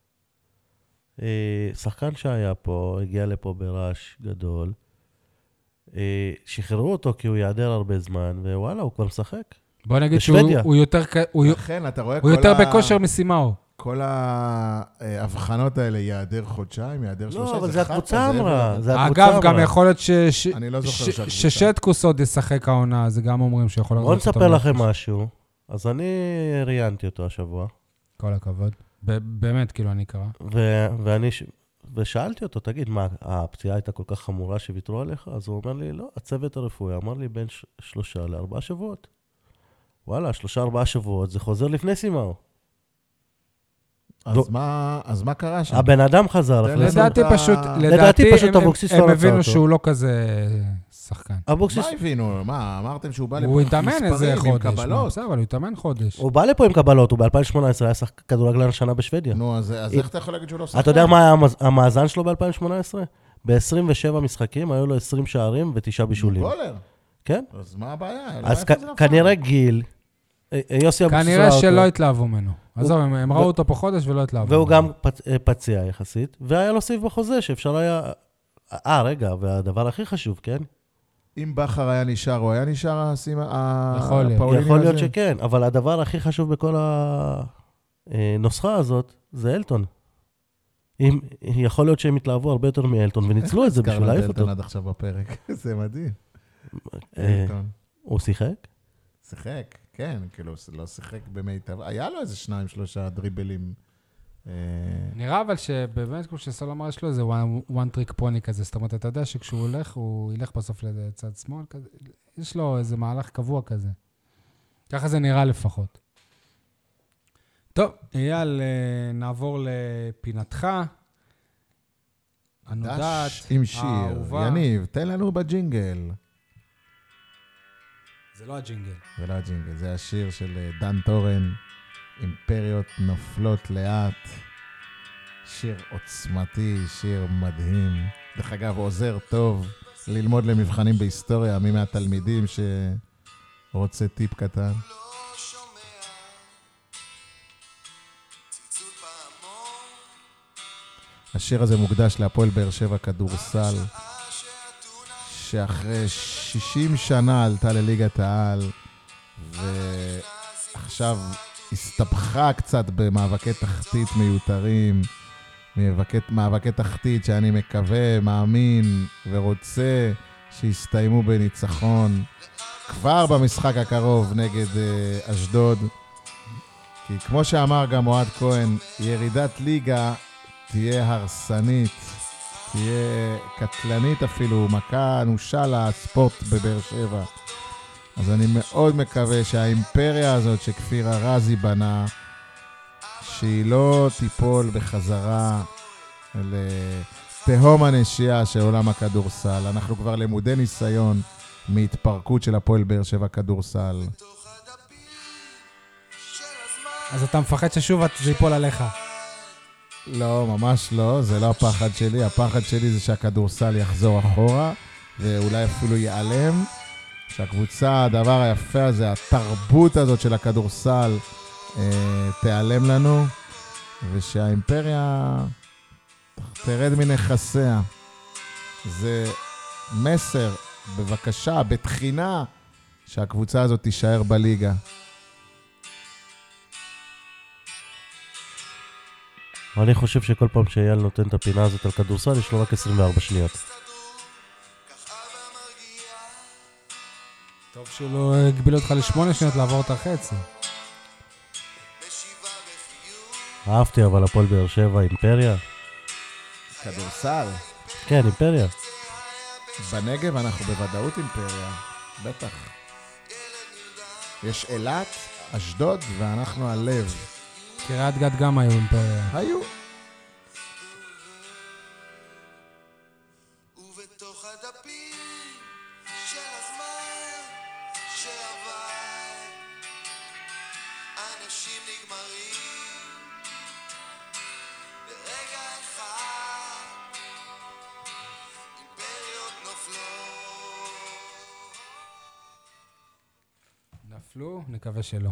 אה, שחקן שהיה פה, הגיע לפה ברעש גדול, אה, שחררו אותו כי הוא יעדר הרבה זמן, ווואלה, הוא כבר משחק. בוא נגיד שהוא בשוודיה. הוא יותר, ק- הוא, לכן, אתה רואה הוא כל יותר ה- בכושר מסימאו. כל ההבחנות האלה, יעדר חודשיים, יעדר שלושה, לא, אבל זה זה חרטא, הקבוצה זה אמרה. אבל- זה הקבוצה אגב, גם אמרה. יכול להיות ש... ש- אני לא זוכר ש- שהקבוצה. ששטקוס עוד ישחק העונה, זה גם אומרים שיכול... בואו לחזור נספר אותו לכם מהחוש. משהו. אז אני ראיינתי אותו השבוע, כל הכבוד. ב- באמת, כאילו, אני קרא. ו- ואני ש- ושאלתי אותו, תגיד, מה, הפציעה הייתה כל כך חמורה שוויתרו עליך? אז הוא אומר לי, לא, הצוות הרפואי אמר לי בין ש- שלושה לארבעה שבועות. וואלה, שלושה ארבעה שבועות, זה חוזר לפני סימאו. אז לא. מה- אז מה קרה שם? הבן אדם חזר. תן אחרי לזה זה. לדעתי אותך- פשוט, לדעתי לדעתי פשוט הם- הם- אבוקסיס לא הם רצה הבינו אותו. שהוא לא כזה שחקן. אבוקסיס, מה הבינו? מה, אמרתם שהוא בא לפה הוא עם התאמן איזה מספרים, עם חודש. מה, קבלות? בסדר, אבל הוא התאמן חודש. הוא בא לפה עם קבלות, הוא ב-אלפיים שמונה עשרה היה שחק כדורגלן השנה בשוודיה. נו, אז אז איך אתה יכול להגיד שהוא לא שחקן? אתה יודע מה היה המאז- המאזן שלו ב-אלפיים שמונה עשרה? ב-עשרים ושבע משחקים היו לו עשרים שערים ותשעה בישולים. גולר. כן? אז מה הבעיה? לא, אז איפה כ- זה נפל? כנראה גיל, אה, אה, יוסי אבוקסיס כנראה ראה אותו, שלא התלהבו ממנו. עזוב, הם- הם ו- ראו אותו פה חודש ולא התלהבו. והוא ממנו. גם פצ- אה, פציע יחסית, והיה לו סעיף בחוזה שאפשר היה... אה, רגע, והדבר הכי חשוב, כן? אם בכר היה נשאר, הוא היה נשאר הסימה- ה- יכול להיות. הפאוליני יכול להיות הזה? שכן, אבל הדבר הכי חשוב בכל הנוסחה הזאת, זה אלטון. אם, יכול להיות שהם התלהבו הרבה יותר מאלטון, וניצלו את זה בשביל להעיף אותו. אלטון עד עכשיו בפרק. זה מדהים. אה, אלטון. הוא שיחק? שיחק, כן, כאילו, לא שיחק במיטב. היה לו איזה שניים, שלושה דריבלים. אה, נראה אבל שבאמת, כמו שסול אמר, יש לו איזה one trick pony כזה. זאת אומרת, אתה יודע שכשהוא הולך, הוא ילך בסוף לצד שמאל כזה. יש לו איזה מהלך קבוע כזה. ככה זה נראה לפחות. טוב, אייל, אה, נעבור לפינתך. הנודעת, דש עם שיר. האהובה. יניב, תן לנו בג'ינגל. זה לא הג'ינגל. זה לא הג'ינגל, זה השיר של אה, דן טורן, אימפריות נופלות לאט. שיר עוצמתי, שיר מדהים. דרך אגב, עוזר טוב ללמוד למבחנים בהיסטוריה, מי מהתלמידים שרוצה טיפ קטן. השיר הזה מוקדש להפועל באר שבע כדורסל, שאחרי שישים שנה עלתה לליגת העל, ועכשיו הסתבכה קצת במאבקי תחתית מיותרים, מאבקי, מאבקי תחתית שאני מקווה, מאמין ורוצה שיסתיימו בניצחון כבר במשחק הקרוב נגד uh, אשדוד. כי כמו שאמר גם אוהד כהן, ירידת ליגה תהיה הרסנית, תהיה קטלנית אפילו, מכה אנושה לספורט בבאר שבע. אז אני מאוד מקווה שהאימפריה הזאת שכפיר ארזי בנה, שהיא לא תיפול בחזרה לתהום הנשייה של עולם הכדורסל. אנחנו כבר למודי ניסיון מהתפרקות של הפועל באר שבע כדורסל. אז אתה מפחד ששוב זה ייפול עליך. לא, ממש לא, זה לא הפחד שלי. הפחד שלי זה שהכדורסל יחזור אחורה, ואולי אפילו ייעלם, שהקבוצה, הדבר היפה הזה, התרבות הזאת של הכדורסל, אה, תיעלם לנו, ושהאימפריה תרד מנכסיה. זה מסר, בבקשה, בתחינה, שהקבוצה הזאת תישאר בליגה. אני חושב שכל פעם שאייל נותן את הפינה הזאת על כדורסל, יש לו רק עשרים וארבע שניות. טוב שלא הגביל אותך לשמונה שניות לעבור את החצי. אהבתי אבל הפועל באר שבע, אימפריה. כדורסל. כן, אימפריה. בנגב אנחנו בוודאות אימפריה, בטח. יש אילת, אשדוד, ואנחנו הלב. קריית גת גם היו אימפריה. היו. ובתוך הדפים של הזמן שעבר אנשים נגמרים ברגע אחד, אימפריות נופלות. נפלו? נקווה שלא.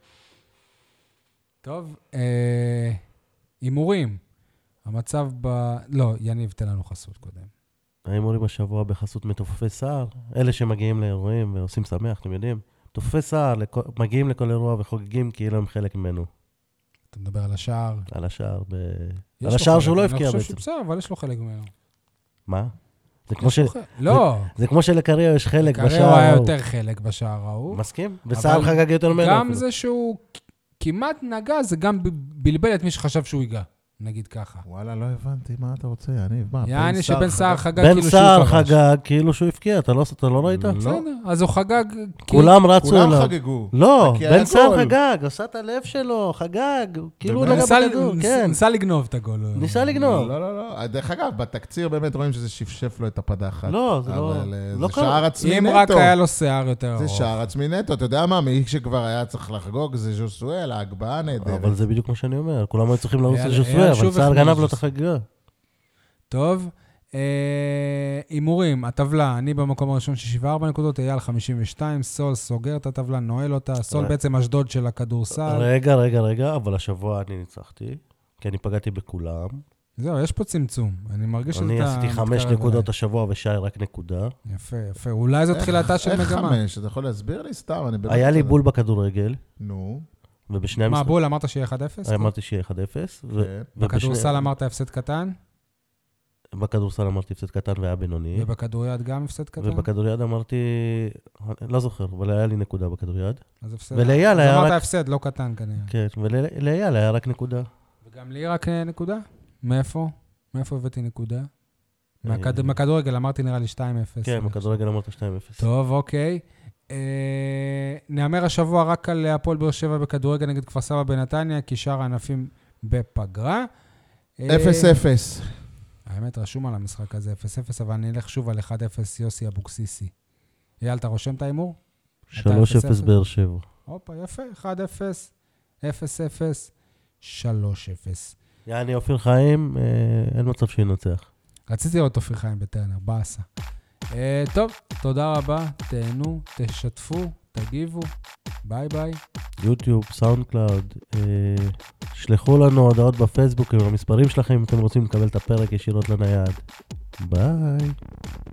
טוב, אה, אימורים. המצב ב... לא, יניב, תן לנו חסות קודם. האימורים השבוע בחסות מתופפי שיער. אלה שמגיעים לאירועים ועושים שמח, אתם יודעים. מתופפי שיער לכ... מגיעים לכל אירוע וחוגגים כאילו הם חלק ממנו. אתה מדבר על השער. על השער, ב... יש על לו השער חלק, שהוא לא אני הפקיע חושב בעצם. שבסדר, אבל יש לו חלק ממנו. מה? זה כמו, ש... יש לו חלק. לא, זה כמו שלקריו יש חלק בשער קריו היה ההוא. יותר חלק בשער ההוא. מסכים? וסער אבל חגג יותר ממנו. גם אפילו. זה שהוא כמעט נגע, זה גם ב- בלבל את מי שחשב שהוא ייגע. נגיד ככה. וואלה, לא הבנתי מה אתה רוצה, יניב. מה, יעני בן שבן סער חגג בן כאילו שהוא סער כבש. חגג כאילו שהוא הפקיע, אתה לא, אתה לא ראית? לא. בסדר, אז הוא חגג... כולם רצו כולם אליו. חגגו. לא, כי היה בן סער גול. חגג, עשה את הלב שלו, חגג, כאילו הוא באמת? נגע ניסה- בכדור, ניס- כן. ניסה לגנוב את הגול. ניסה לגנוב. לא, לא, לא. דרך אגב, בתקציר באמת רואים שזה שפשף לו את הפדחת. לא, זה לא- אבל אה, לא זה קרה. שער עצמי אם רק נטו. היה לו שיער יותר זה ארוך. שער עצמי נטו. אתה יודע מה? מי שכבר היה צריך לחגוג זה ז'וסואל, ההגבהה נהדרת. אבל זה בדיוק מה שאני אומר, כולם היו צריכים לרוץ אייל- לז'וסווה, אייל אבל שוב סער החמיא גנב לו את לז'וסווה. החגיגה. טוב, אה, הימורים, הטבלה, אני במקום הראשון שישים וארבע נקודות, אייל חמישים ושתיים, סול סוגר את הטבלה, נועל אותה, סול ר- בעצם אשדוד של הכדורסל. רגע, רגע, רגע, אבל השבוע אני ניצחתי, כי אני פגעתי בכולם. זהו, יש פה צמצום, אני מרגיש שאתה... אני עשיתי חמש מתקרב נקודות אליי. השבוע ושי רק נקודה. יפה, יפה, אולי זו איך- תחילתה של איך מגמה. חמש? אתה יכול להסביר לי סתם? אני באמת היה לי לא בול בכדורגל, נו. ובשני מה, המשחקים... בול, אמרת שיהיה אחד אפס? אמרתי שיהיה אחד אפס. ו- כן. בכדורסל ובשני- אמרת הפסד קטן, בכדורסל אמרתי הפסד קטן והיה בינוני. ובכדוריד גם הפסד קטן? ובכדוריד אמרתי, לא זוכר, אבל היה לי נקודה בכדוריד. אז הפסד. ולאייל אז היה אמרת רק- הפסד, לא קטן כנראה. כן, ולאייל היה רק נקודה. וגם לי רק אה, נקודה? מאיפה? מאיפה הבאתי נקודה? אה, מהכד- מהכדורגל אמרתי נראה לי שתיים אפס. כן, בכדורגל אמרת שתיים אפס. טוב, אוקיי. אה, נאמר השבוע רק על הפועל באר שבע בכדורגל נגד כפר סבא בנתניה, כי שאר הענפים בפגרה. אה, אפס אפס. האמת, רשום על המשחק הזה אפס אפס, אבל אני אלך שוב על אחד אפס יוסי אבוקסיסי. אייל, אתה רושם את האימור? שלוש אפס אפס אפס? באר שבע. הופה, יפה, אחד אפס, אפס אפס, שלוש אפס. יעני אופיר חיים, אה, אין מצב שינצח. רציתי לראות אופיר חיים בטרנר, באסה. אה, טוב, תודה רבה, תהנו, תשתפו, תגיבו, ביי ביי. יוטיוב, סאונד קלאוד, אה, שלחו לנו הודעות בפייסבוק עם המספרים שלכם אם אתם רוצים לקבל את הפרק ישירות לנייד. ביי.